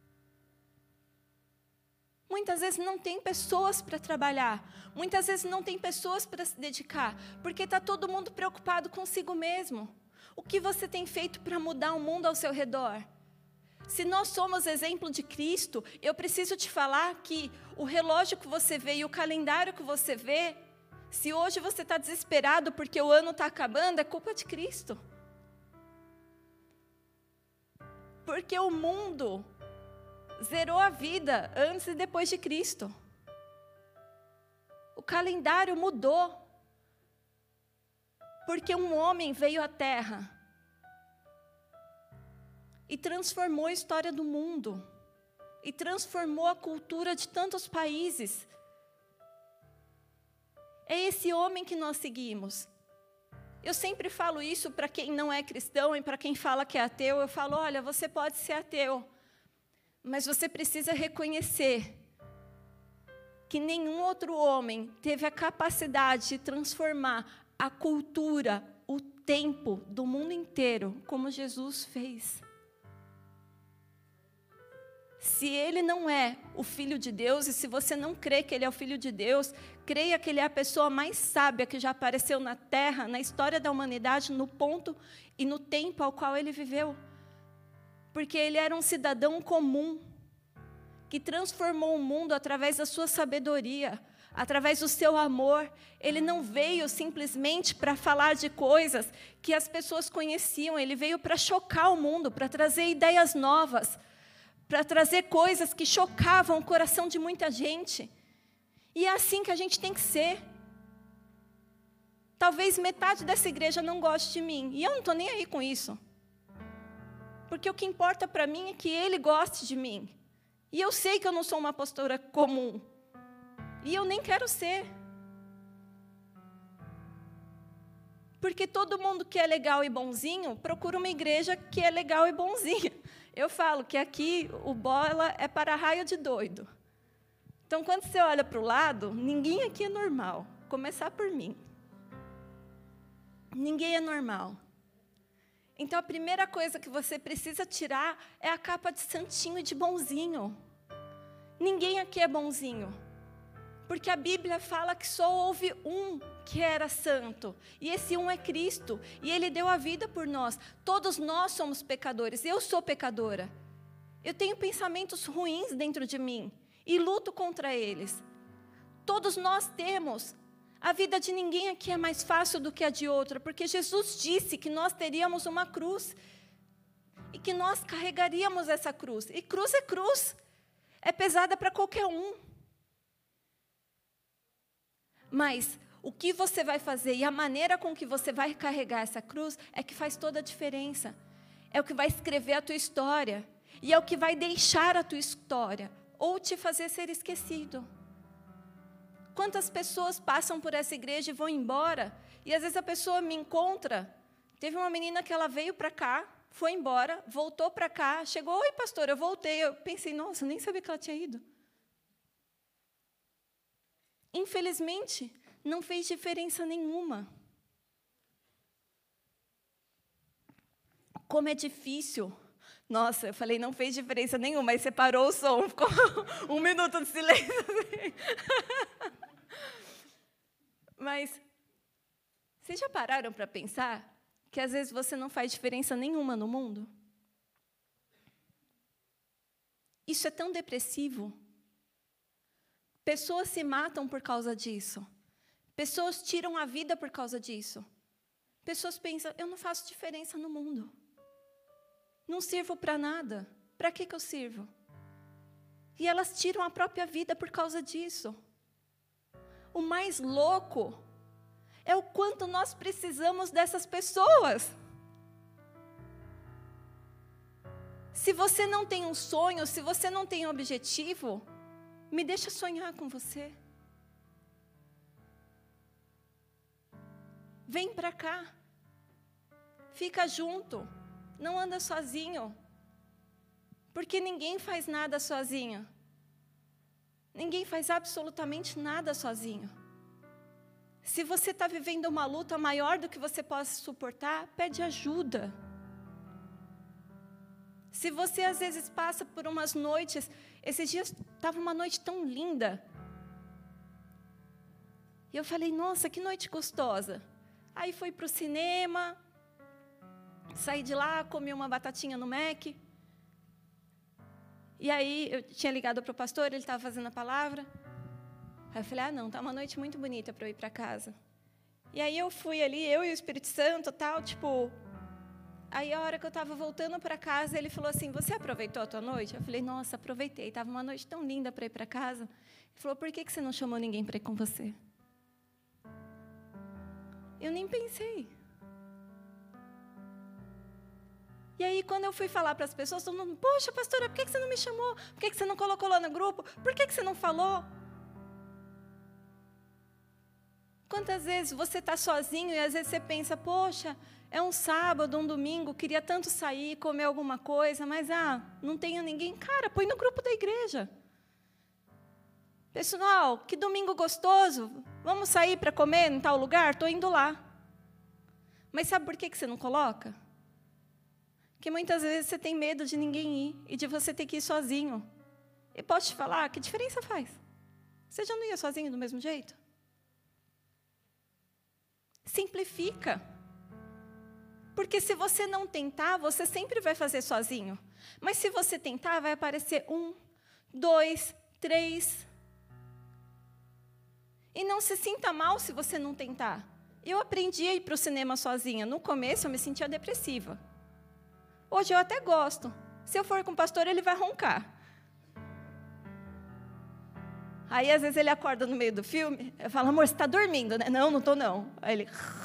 Muitas vezes não tem pessoas para trabalhar. Muitas vezes não tem pessoas para se dedicar. Porque está todo mundo preocupado consigo mesmo. O que você tem feito para mudar o mundo ao seu redor? Se nós somos exemplo de Cristo, eu preciso te falar que o relógio que você vê e o calendário que você vê, se hoje você está desesperado porque o ano está acabando, é culpa de Cristo. Porque o mundo zerou a vida antes e depois de Cristo. O calendário mudou. Porque um homem veio à Terra e transformou a história do mundo. E transformou a cultura de tantos países. É esse homem que nós seguimos. Eu sempre falo isso para quem não é cristão e para quem fala que é ateu. Eu falo, olha, você pode ser ateu, mas você precisa reconhecer que nenhum outro homem teve a capacidade de transformar a cultura, o tempo do mundo inteiro, como Jesus fez. Se ele não é o Filho de Deus, e se você não crê que ele é o Filho de Deus, creia que ele é a pessoa mais sábia que já apareceu na Terra, na história da humanidade, no ponto e no tempo ao qual ele viveu. Porque ele era um cidadão comum, que transformou o mundo através da sua sabedoria, através do seu amor. Ele não veio simplesmente para falar de coisas que as pessoas conheciam, ele veio para chocar o mundo, para trazer ideias novas, para trazer coisas que chocavam o coração de muita gente. E é assim que a gente tem que ser. Talvez metade dessa igreja não goste de mim, e eu não estou nem aí com isso. Porque o que importa para mim é que ele goste de mim. E eu sei que eu não sou uma pastora comum. E eu nem quero ser. Porque todo mundo que é legal e bonzinho, procura uma igreja que é legal e bonzinha. Eu falo que aqui o bola é para raio de doido. Então, quando você olha para o lado, ninguém aqui é normal. Começar por mim. Ninguém é normal. Então, a primeira coisa que você precisa tirar é a capa de santinho e de bonzinho. Ninguém aqui é bonzinho. Porque a Bíblia fala que só houve um que era santo. E esse um é Cristo. E Ele deu a vida por nós. Todos nós somos pecadores. Eu sou pecadora. Eu tenho pensamentos ruins dentro de mim. E luto contra eles. Todos nós temos. A vida de ninguém aqui é mais fácil do que a de outra. Porque Jesus disse que nós teríamos uma cruz. E que nós carregaríamos essa cruz. E cruz é cruz. É pesada para qualquer um. Mas o que você vai fazer e a maneira com que você vai carregar essa cruz é que faz toda a diferença. É o que vai escrever a tua história. E é o que vai deixar a tua história. Ou te fazer ser esquecido. Quantas pessoas passam por essa igreja e vão embora. E às vezes a pessoa me encontra. Teve uma menina que ela veio para cá, foi embora, voltou para cá. Chegou, oi pastor, eu voltei. Eu pensei, nossa, eu nem sabia que ela tinha ido. Infelizmente, não fez diferença nenhuma. Como é difícil. Nossa, eu falei, não fez diferença nenhuma, aí separou o som, ficou 1 minuto de silêncio. Mas, vocês já pararam para pensar que às vezes você não faz diferença nenhuma no mundo? Isso é tão depressivo. Pessoas se matam por causa disso. Pessoas tiram a vida por causa disso. Pessoas pensam, eu não faço diferença no mundo. Não sirvo para nada. Para que eu sirvo? E elas tiram a própria vida por causa disso. O mais louco é o quanto nós precisamos dessas pessoas. Se você não tem um sonho, se você não tem um objetivo, me deixa sonhar com você. Vem para cá. Fica junto. Não anda sozinho. Porque ninguém faz nada sozinho. Ninguém faz absolutamente nada sozinho. Se você está vivendo uma luta maior do que você possa suportar, pede ajuda. Se você às vezes passa por umas noites, esses dias estava uma noite tão linda. E eu falei, nossa, que noite gostosa. Aí fui para o cinema, saí de lá, comi uma batatinha no Mac. E aí eu tinha ligado para o pastor, ele estava fazendo a palavra. Aí eu falei, não, tá uma noite muito bonita para eu ir para casa. E aí eu fui ali, eu e o Espírito Santo, tal, tipo, Aí, a hora que eu estava voltando para casa, ele falou assim, você aproveitou a tua noite? Eu falei, nossa, aproveitei. Estava uma noite tão linda para ir para casa. Ele falou, por que você não chamou ninguém para ir com você? Eu nem pensei. E aí, quando eu fui falar para as pessoas, todo mundo, poxa, pastora, por que você não me chamou? Por que você não colocou lá no grupo? Por que você não falou? Quantas vezes você está sozinho e às vezes você pensa, poxa, é um sábado, um domingo, queria tanto sair, comer alguma coisa, mas não tenho ninguém. Cara, põe no grupo da igreja. Pessoal, que domingo gostoso, vamos sair para comer em tal lugar? Estou indo lá. Mas sabe por que você não coloca? Porque muitas vezes você tem medo de ninguém ir e de você ter que ir sozinho. E posso te falar, que diferença faz? Você já não ia sozinho do mesmo jeito? Simplifica. Porque se você não tentar, você sempre vai fazer sozinho. Mas se você tentar, vai aparecer 1, 2, 3. E não se sinta mal se você não tentar. Eu aprendi a ir para o cinema sozinha. No começo, eu me sentia depressiva. Hoje eu até gosto. Se eu for com o pastor, ele vai roncar. Aí, às vezes, ele acorda no meio do filme. Eu falo, amor, você está dormindo, né? Não, não estou, não. Aí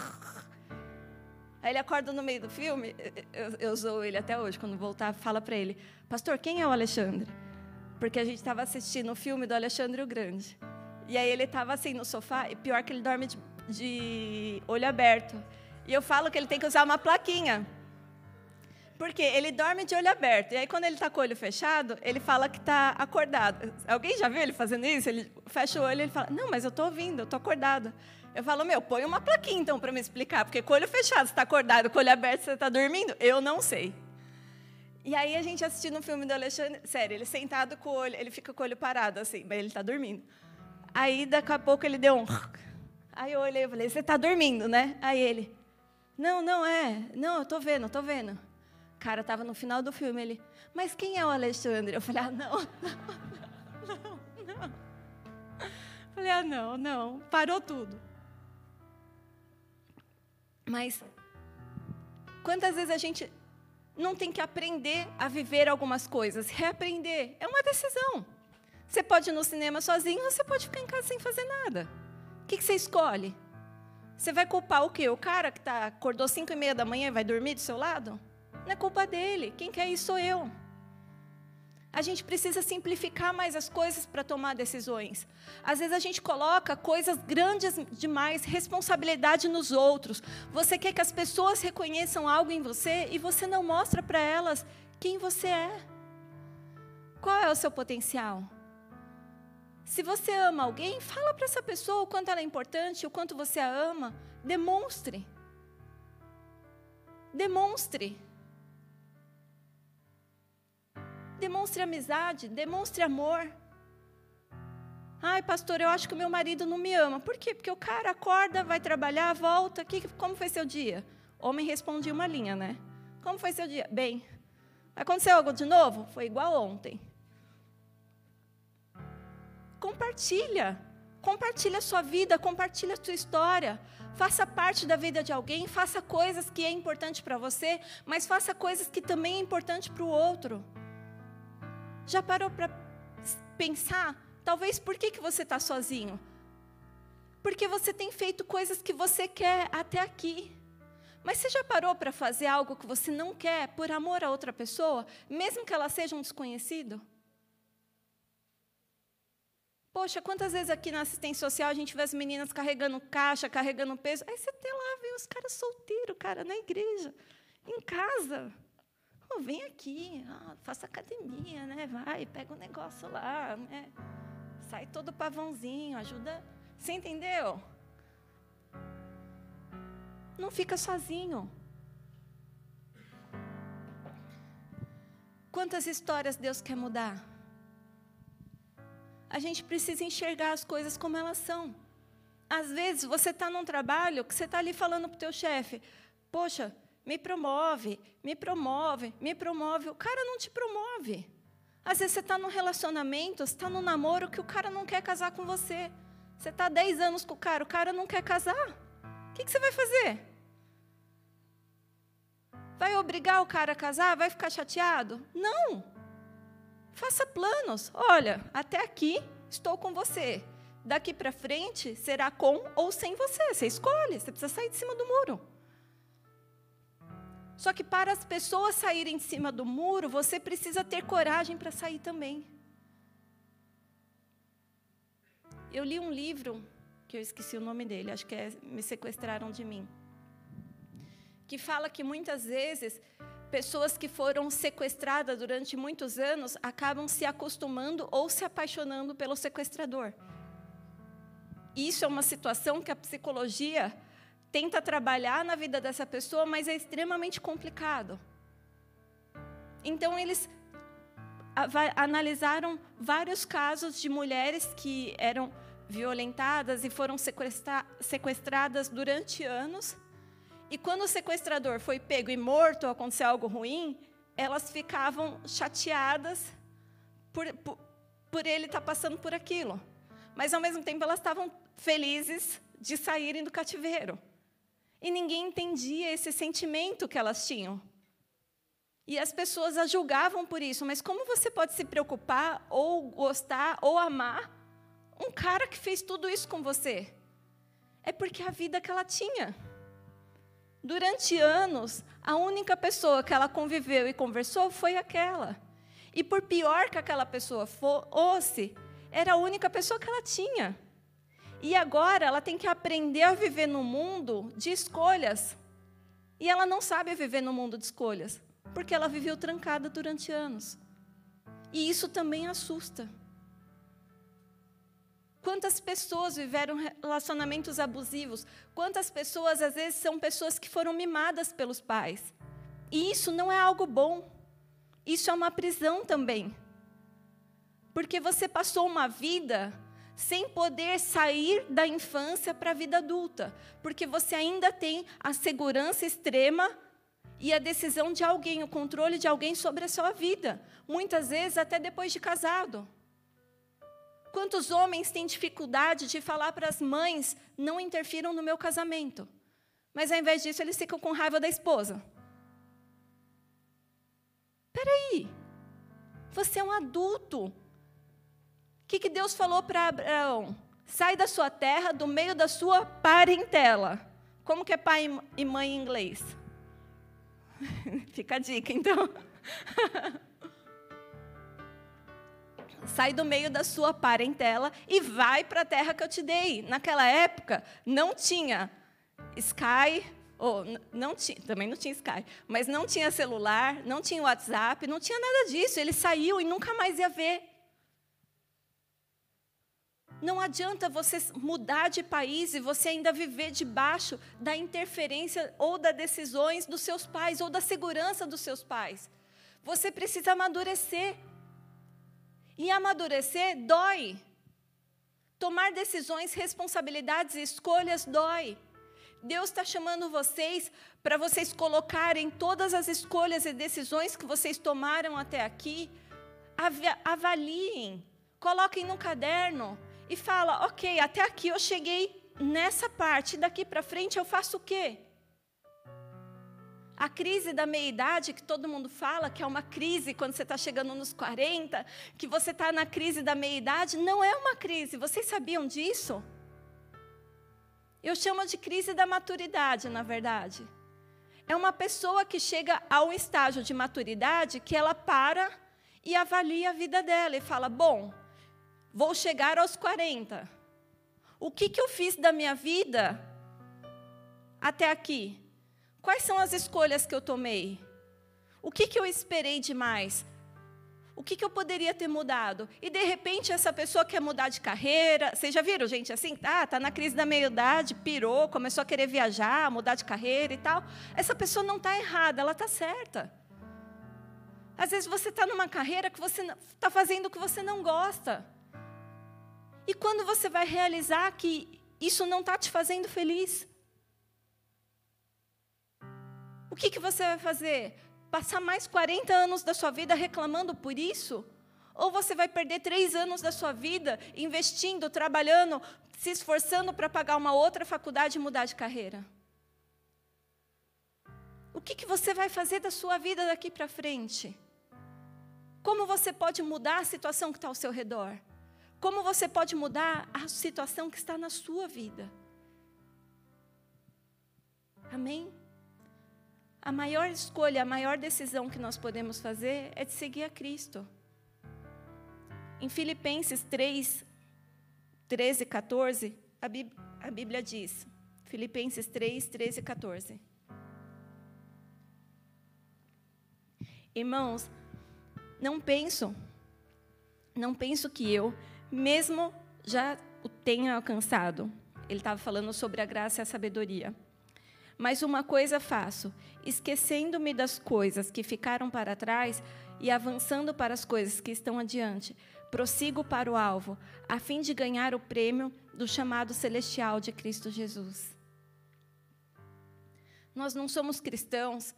ele acorda no meio do filme. Eu zoo ele até hoje. Quando voltar, fala para ele, pastor, quem é o Alexandre? Porque a gente estava assistindo o filme do Alexandre o Grande. E aí ele estava assim no sofá. E pior que ele dorme de olho aberto. E eu falo que ele tem que usar uma plaquinha. Porque ele dorme de olho aberto. E aí, quando ele está com o olho fechado, ele fala que está acordado. Alguém já viu ele fazendo isso? Ele fecha o olho e ele fala, não, mas eu estou ouvindo, eu estou acordado. Eu falo, põe uma plaquinha, então, para me explicar. Porque com o olho fechado você está acordado, com o olho aberto você está dormindo? Eu não sei. E aí, a gente assistindo um filme do Alexandre... Sério, ele sentado com o olho... Ele fica com o olho parado, assim, mas ele está dormindo. Aí, daqui a pouco, ele deu um... Aí eu olhei e falei, você está dormindo, né? Aí ele... Não, eu estou vendo, estou vendo. O cara estava no final do filme, ele, mas quem é o Alexandre? Eu falei, não. Falei, não, parou tudo. Mas, quantas vezes a gente não tem que aprender a viver algumas coisas? Reaprender, é uma decisão. Você pode ir no cinema sozinho, ou você pode ficar em casa sem fazer nada. O que você escolhe? Você vai culpar o quê? O cara que acordou 5:30 da manhã e vai dormir do seu lado? Não é culpa dele. Quem quer isso sou eu. A gente precisa simplificar mais as coisas para tomar decisões. Às vezes a gente coloca coisas grandes demais, responsabilidade nos outros. Você quer que as pessoas reconheçam algo em você e você não mostra para elas quem você é. Qual é o seu potencial? Se você ama alguém, fala para essa pessoa o quanto ela é importante, o quanto você a ama. Demonstre. Demonstre. Demonstre amizade, demonstre amor. Ai, pastor, eu acho que o meu marido não me ama. Por quê? Porque o cara acorda, vai trabalhar, volta. Como foi seu dia? Homem respondia uma linha, né? Como foi seu dia? Bem. Aconteceu algo de novo? Foi igual ontem. Compartilha. Compartilha a sua vida, compartilha a sua história. Faça parte da vida de alguém, faça coisas que é importante para você, mas faça coisas que também é importante para o outro. Já parou para pensar, talvez, por que você está sozinho? Porque você tem feito coisas que você quer até aqui. Mas você já parou para fazer algo que você não quer por amor a outra pessoa, mesmo que ela seja um desconhecido? Poxa, quantas vezes aqui na assistência social a gente vê as meninas carregando caixa, carregando peso. Aí você tem lá, vê os caras solteiros, cara, na igreja, em casa. Vem aqui, faça academia, né? Vai, pega um negócio lá, né? Sai todo pavãozinho, ajuda. Você entendeu? Não fica sozinho. Quantas histórias Deus quer mudar? A gente precisa enxergar as coisas como elas são. Às vezes, você está num trabalho que você está ali falando para o teu chefe, poxa, me promove, me promove, me promove. O cara não te promove. Às vezes você está num relacionamento, você está num namoro que o cara não quer casar com você. Você está há 10 anos com o cara não quer casar. O que você vai fazer? Vai obrigar o cara a casar? Vai ficar chateado? Não. Faça planos. Olha, até aqui estou com você. Daqui para frente será com ou sem você. Você escolhe, você precisa sair de cima do muro. Só que para as pessoas saírem de cima do muro, você precisa ter coragem para sair também. Eu li um livro, que eu esqueci o nome dele, acho que é Me Sequestraram de Mim, que fala que muitas vezes pessoas que foram sequestradas durante muitos anos acabam se acostumando ou se apaixonando pelo sequestrador. Isso é uma situação que a psicologia tenta trabalhar na vida dessa pessoa, mas é extremamente complicado. Então, eles analisaram vários casos de mulheres que eram violentadas e foram sequestradas durante anos. E quando o sequestrador foi pego e morto, ou aconteceu algo ruim, elas ficavam chateadas por ele estar passando por aquilo. Mas, ao mesmo tempo, elas estavam felizes de saírem do cativeiro. E ninguém entendia esse sentimento que elas tinham. E as pessoas a julgavam por isso. Mas como você pode se preocupar, ou gostar, ou amar um cara que fez tudo isso com você? É porque a vida que ela tinha. Durante anos, a única pessoa que ela conviveu e conversou foi aquela. E por pior que aquela pessoa fosse, era a única pessoa que ela tinha. E agora ela tem que aprender a viver no mundo de escolhas. E ela não sabe viver no mundo de escolhas, porque ela viveu trancada durante anos. E isso também assusta. Quantas pessoas viveram relacionamentos abusivos? Quantas pessoas, às vezes, são pessoas que foram mimadas pelos pais? E isso não é algo bom. Isso é uma prisão também. Porque você passou uma vida sem poder sair da infância para a vida adulta, porque você ainda tem a segurança extrema e a decisão de alguém, o controle de alguém sobre a sua vida, muitas vezes até depois de casado. Quantos homens têm dificuldade de falar para as mães, não interfiram no meu casamento, mas ao invés disso eles ficam com raiva da esposa? Espera aí, você é um adulto. O que Deus falou para Abraão? Sai da sua terra, do meio da sua parentela. Como que é pai e mãe em inglês? Fica a dica, então. Sai do meio da sua parentela e vai para a terra que eu te dei. Naquela época, não tinha Sky, também não tinha Sky, mas não tinha celular, não tinha WhatsApp, não tinha nada disso. Ele saiu e nunca mais ia ver. Não adianta você mudar de país e você ainda viver debaixo da interferência ou das decisões dos seus pais ou da segurança dos seus pais. Você precisa amadurecer. E amadurecer dói. Tomar decisões, responsabilidades e escolhas dói. Deus está chamando vocês para vocês colocarem todas as escolhas e decisões que vocês tomaram até aqui, avaliem, coloquem no caderno. E fala, ok, até aqui eu cheguei nessa parte, daqui para frente eu faço o quê? A crise da meia-idade, que todo mundo fala, que é uma crise quando você está chegando nos 40, que você está na crise da meia-idade, não é uma crise, vocês sabiam disso? Eu chamo de crise da maturidade, na verdade. É uma pessoa que chega a um estágio de maturidade que ela para e avalia a vida dela e fala, bom, vou chegar aos 40. O que eu fiz da minha vida até aqui? Quais são as escolhas que eu tomei? O que eu esperei demais? O que eu poderia ter mudado? E, de repente, essa pessoa quer mudar de carreira. Vocês já viram gente assim? Tá na crise da meia-idade, pirou, começou a querer viajar, mudar de carreira e tal. Essa pessoa não está errada, ela está certa. Às vezes, você está numa carreira que você está fazendo o que você não gosta. E quando você vai realizar que isso não está te fazendo feliz? O que você vai fazer? Passar mais 40 anos da sua vida reclamando por isso? Ou você vai perder 3 anos da sua vida investindo, trabalhando, se esforçando para pagar uma outra faculdade e mudar de carreira? O que você vai fazer da sua vida daqui para frente? Como você pode mudar a situação que está ao seu redor? Como você pode mudar a situação que está na sua vida? Amém? A maior escolha, a maior decisão que nós podemos fazer é de seguir a Cristo. Em Filipenses 3, 13 e 14, a Bíblia diz, Filipenses 3, 13 e 14. Irmãos, não penso que eu, mesmo já o tenha alcançado. Ele estava falando sobre a graça e a sabedoria. Mas uma coisa faço, esquecendo-me das coisas que ficaram para trás e avançando para as coisas que estão adiante, prossigo para o alvo, a fim de ganhar o prêmio do chamado celestial de Cristo Jesus. Nós não somos cristãos,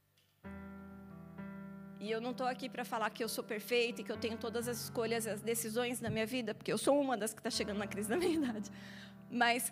e eu não estou aqui para falar que eu sou perfeita e que eu tenho todas as escolhas e as decisões na minha vida, porque eu sou uma das que está chegando na crise da meia-idade. Mas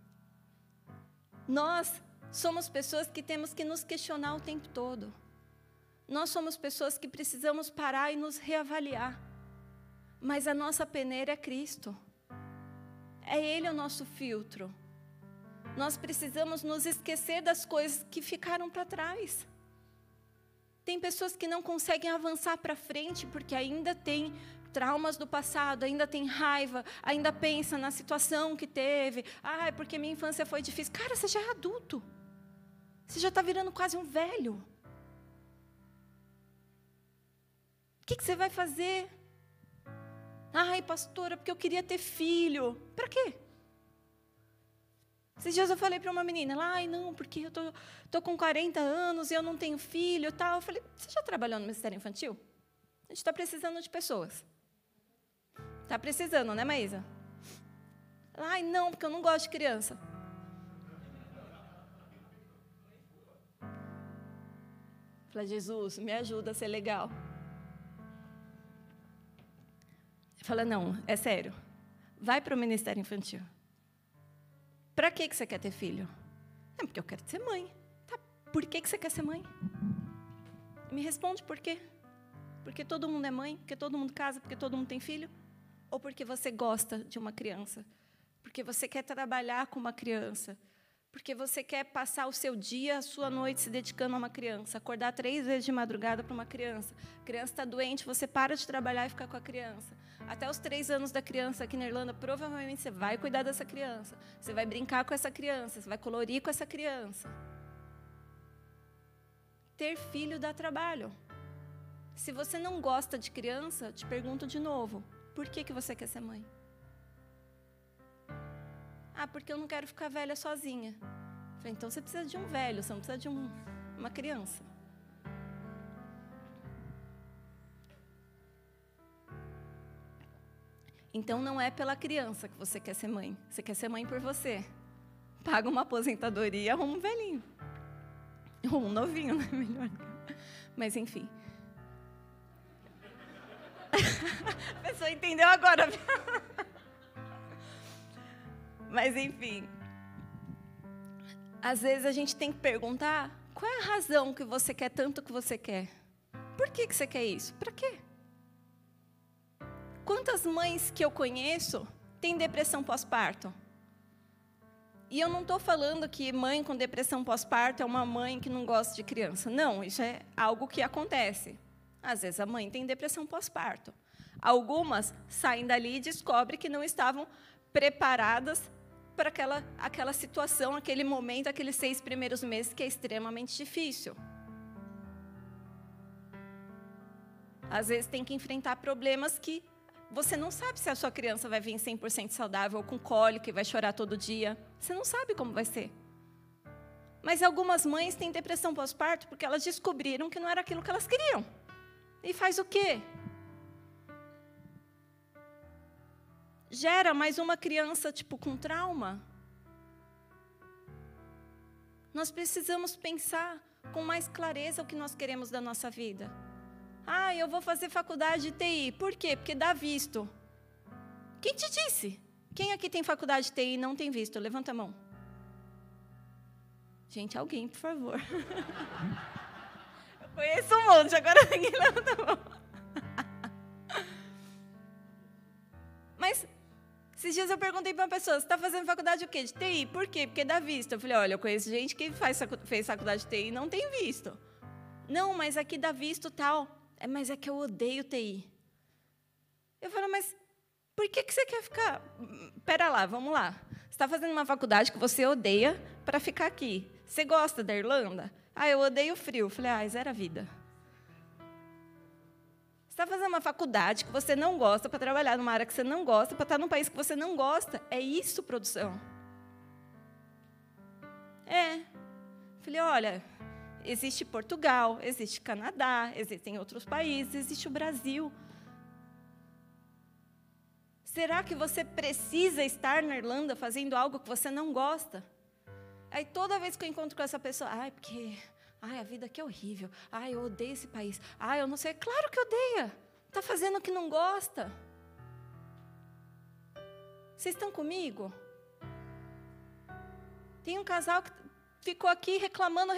nós somos pessoas que temos que nos questionar o tempo todo. Nós somos pessoas que precisamos parar e nos reavaliar. Mas a nossa peneira é Cristo. É Ele o nosso filtro. Nós precisamos nos esquecer das coisas que ficaram para trás. Tem pessoas que não conseguem avançar para frente porque ainda tem traumas do passado, ainda tem raiva, ainda pensa na situação que teve. É porque minha infância foi difícil. Cara, você já é adulto. Você já está virando quase um velho. O que você vai fazer? Pastora, porque eu queria ter filho. Para quê? Esses dias eu falei para uma menina, não, porque eu tô com 40 anos e eu não tenho filho e tal. Eu falei, você já trabalhou no Ministério Infantil? A gente está precisando de pessoas. Está precisando, né, Maísa? Não, porque eu não gosto de criança. Eu falei, Jesus, me ajuda a ser legal. Ele falou, não, é sério. Vai para o Ministério Infantil. Para que você quer ter filho? Não, porque eu quero ser mãe. Tá, por que você quer ser mãe? Me responde por quê. Porque todo mundo é mãe? Porque todo mundo casa? Porque todo mundo tem filho? Ou porque você gosta de uma criança? Porque você quer trabalhar com uma criança? Porque você quer passar o seu dia, a sua noite se dedicando a uma criança? Acordar 3 vezes de madrugada para uma criança? A criança está doente, você para de trabalhar e fica com a criança. Até os 3 anos da criança aqui na Irlanda, provavelmente você vai cuidar dessa criança. Você vai brincar com essa criança, você vai colorir com essa criança. Ter filho dá trabalho. Se você não gosta de criança, te pergunto de novo, por que você quer ser mãe? Porque eu não quero ficar velha sozinha. Falei, então você precisa de um velho, você não precisa de uma criança. Então não é pela criança que você quer ser mãe. Você quer ser mãe por você. Paga uma aposentadoria e arruma um velhinho. Ou um novinho, né? Melhor. Mas enfim. A pessoa entendeu agora. Mas, enfim, às vezes a gente tem que perguntar qual é a razão que você quer tanto que você quer. Por que você quer isso? Para quê? Quantas mães que eu conheço têm depressão pós-parto? E eu não estou falando que mãe com depressão pós-parto é uma mãe que não gosta de criança. Não, isso é algo que acontece. Às vezes a mãe tem depressão pós-parto. Algumas saem dali e descobrem que não estavam preparadas para aquela situação, aquele momento, aqueles 6 primeiros meses, que é extremamente difícil. Às vezes tem que enfrentar problemas que você não sabe se a sua criança vai vir 100% saudável, ou com cólica e vai chorar todo dia. Você não sabe como vai ser. Mas algumas mães têm depressão pós-parto porque elas descobriram que não era aquilo que elas queriam. E faz o quê? Gera mais uma criança, com trauma. Nós precisamos pensar com mais clareza o que nós queremos da nossa vida. Eu vou fazer faculdade de TI. Por quê? Porque dá visto. Quem te disse? Quem aqui tem faculdade de TI e não tem visto? Levanta a mão. Gente, alguém, por favor. Eu conheço um monte, agora ninguém levanta a mão. Mas, esses dias eu perguntei para uma pessoa, você está fazendo faculdade de quê? De TI? Por quê? Porque dá visto. Eu falei, olha, eu conheço gente que fez faculdade de TI e não tem visto. Não, mas aqui dá visto tal. Mas é que eu odeio TI. Eu falei, mas por que você quer ficar... Pera lá, vamos lá. Você está fazendo uma faculdade que você odeia para ficar aqui. Você gosta da Irlanda? Eu odeio o frio. Eu falei, zero a vida. Você está fazendo uma faculdade que você não gosta para trabalhar numa área que você não gosta, para estar num país que você não gosta. É isso, produção. Falei, olha, existe Portugal, existe Canadá, existem outros países, existe o Brasil. Será que você precisa estar na Irlanda fazendo algo que você não gosta? Aí, toda vez que eu encontro com essa pessoa, porque a vida aqui é horrível, eu odeio esse país, eu não sei. Claro que odeia. Está fazendo o que não gosta. Vocês estão comigo? Tem um casal que ficou aqui reclamando.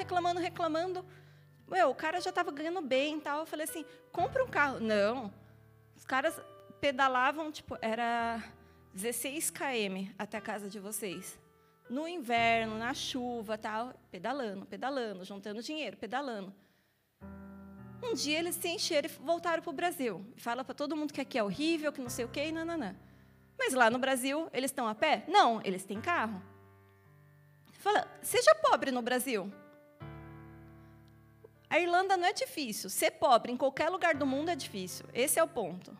O cara já estava ganhando bem e tal. Eu falei assim, compra um carro. Não. Os caras pedalavam, era 16 km até a casa de vocês. No inverno, na chuva, tal, pedalando, juntando dinheiro, pedalando. Um dia eles se encheram e voltaram para o Brasil. Fala para todo mundo que aqui é horrível, que não sei o quê, nananã. Mas lá no Brasil, eles estão a pé? Não, eles têm carro. Fala, seja pobre no Brasil. A Irlanda não é difícil. Ser pobre em qualquer lugar do mundo é difícil. Esse é o ponto.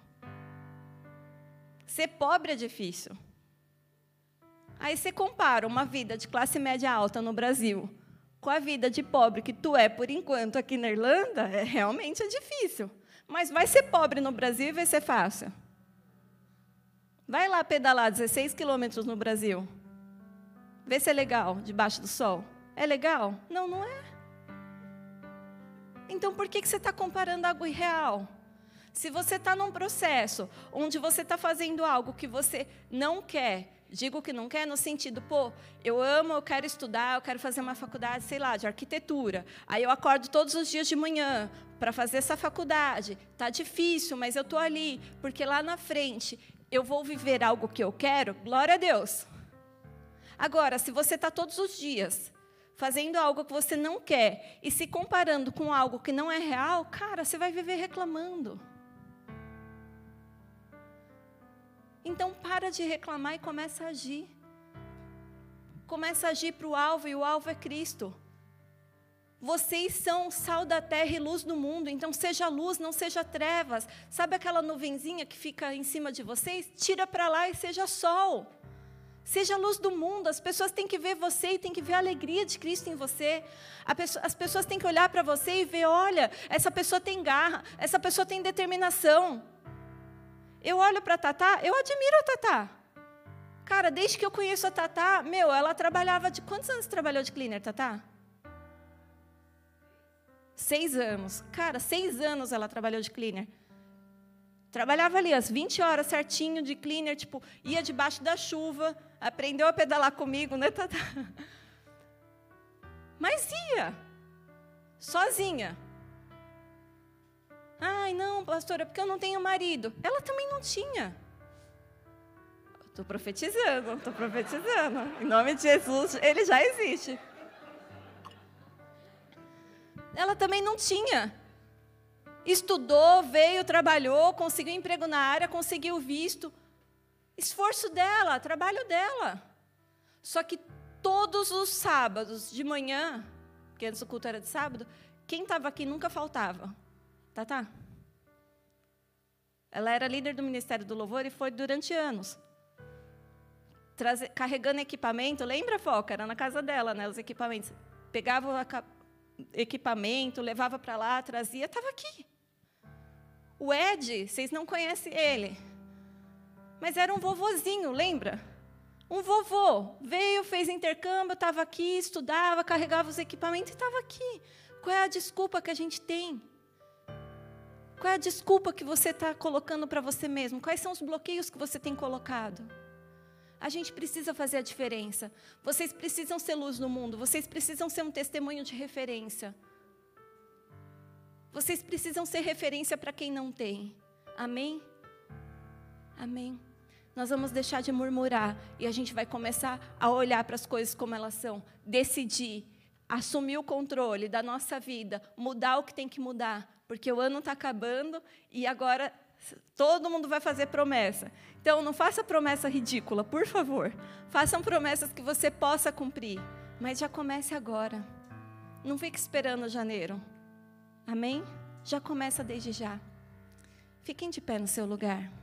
Ser pobre é difícil. Aí você compara uma vida de classe média alta no Brasil com a vida de pobre que tu é, por enquanto, aqui na Irlanda, realmente é difícil. Mas vai ser pobre no Brasil e vai ser fácil. Vai lá pedalar 16 quilômetros no Brasil. Vê se é legal, debaixo do sol. É legal? Não, não é. Então, por que você está comparando algo irreal? Se você está num processo onde você está fazendo algo que você não quer, digo que não quer no sentido, eu amo, eu quero estudar, eu quero fazer uma faculdade, sei lá, de arquitetura. Aí eu acordo todos os dias de manhã para fazer essa faculdade. Está difícil, mas eu estou ali, porque lá na frente eu vou viver algo que eu quero, glória a Deus. Agora, se você está todos os dias fazendo algo que você não quer e se comparando com algo que não é real, cara, você vai viver reclamando. Então, para de reclamar e começa a agir. Começa a agir para o alvo, e o alvo é Cristo. Vocês são sal da terra e luz do mundo, então seja luz, não seja trevas. Sabe aquela nuvenzinha que fica em cima de vocês? Tira para lá e seja sol. Seja a luz do mundo. As pessoas têm que ver você e têm que ver a alegria de Cristo em você. As pessoas têm que olhar para você e ver, olha, essa pessoa tem garra, essa pessoa tem determinação. Eu olho para a Tatá, eu admiro a Tatá. Cara, desde que eu conheço a Tatá, ela trabalhava de... Quantos anos trabalhou de cleaner, Tatá? 6 anos. Cara, 6 anos ela trabalhou de cleaner. Trabalhava ali as 20 horas certinho de cleaner, ia debaixo da chuva, aprendeu a pedalar comigo, né, Tatá? Mas ia, sozinha. Ai, não, pastora, porque eu não tenho marido. Ela também não tinha. Estou profetizando. Em nome de Jesus, ele já existe. Ela também não tinha. Estudou, veio, trabalhou, conseguiu emprego na área, conseguiu visto. Esforço dela, trabalho dela. Só que todos os sábados de manhã, porque antes o culto era de sábado, quem estava aqui nunca faltava. Tatá. Ela era líder do Ministério do Louvor e foi durante anos. Carregando equipamento, lembra, Foca? Era na casa dela, né, os equipamentos. Pegava o equipamento, levava para lá, trazia, estava aqui. O Ed, vocês não conhecem ele, mas era um vovozinho, lembra? Um vovô. Veio, fez intercâmbio, estava aqui, estudava, carregava os equipamentos e estava aqui. Qual é a desculpa que a gente tem? Qual é a desculpa que você está colocando para você mesmo? Quais são os bloqueios que você tem colocado? A gente precisa fazer a diferença. Vocês precisam ser luz no mundo. Vocês precisam ser um testemunho de referência. Vocês precisam ser referência para quem não tem. Amém? Amém. Nós vamos deixar de murmurar e a gente vai começar a olhar para as coisas como elas são. Decidir, assumir o controle da nossa vida, mudar o que tem que mudar. Porque o ano está acabando e agora todo mundo vai fazer promessa. Então, não faça promessa ridícula, por favor. Façam promessas que você possa cumprir. Mas já comece agora. Não fique esperando janeiro. Amém? Já começa desde já. Fiquem de pé no seu lugar.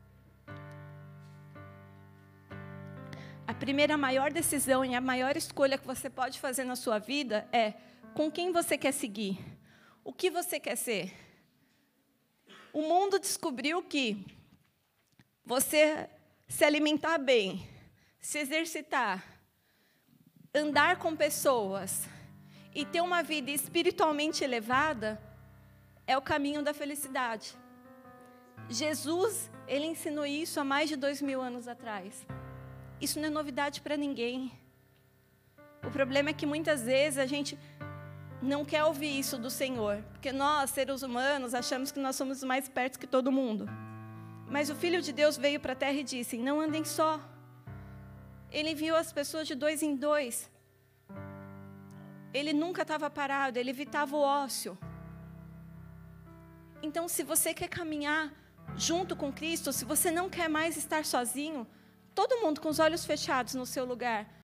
A primeira maior decisão e a maior escolha que você pode fazer na sua vida é com quem você quer seguir. O que você quer ser? O mundo descobriu que você se alimentar bem, se exercitar, andar com pessoas e ter uma vida espiritualmente elevada é o caminho da felicidade. Jesus, ele ensinou isso há mais de 2000 anos atrás. Isso não é novidade para ninguém. O problema é que muitas vezes a gente não quer ouvir isso do Senhor, porque nós, seres humanos, achamos que nós somos mais espertos que todo mundo. Mas o Filho de Deus veio para a terra e disse, não andem só. Ele enviou as pessoas de 2 em 2. Ele nunca estava parado, ele evitava o ócio. Então, se você quer caminhar junto com Cristo, se você não quer mais estar sozinho, todo mundo com os olhos fechados no seu lugar,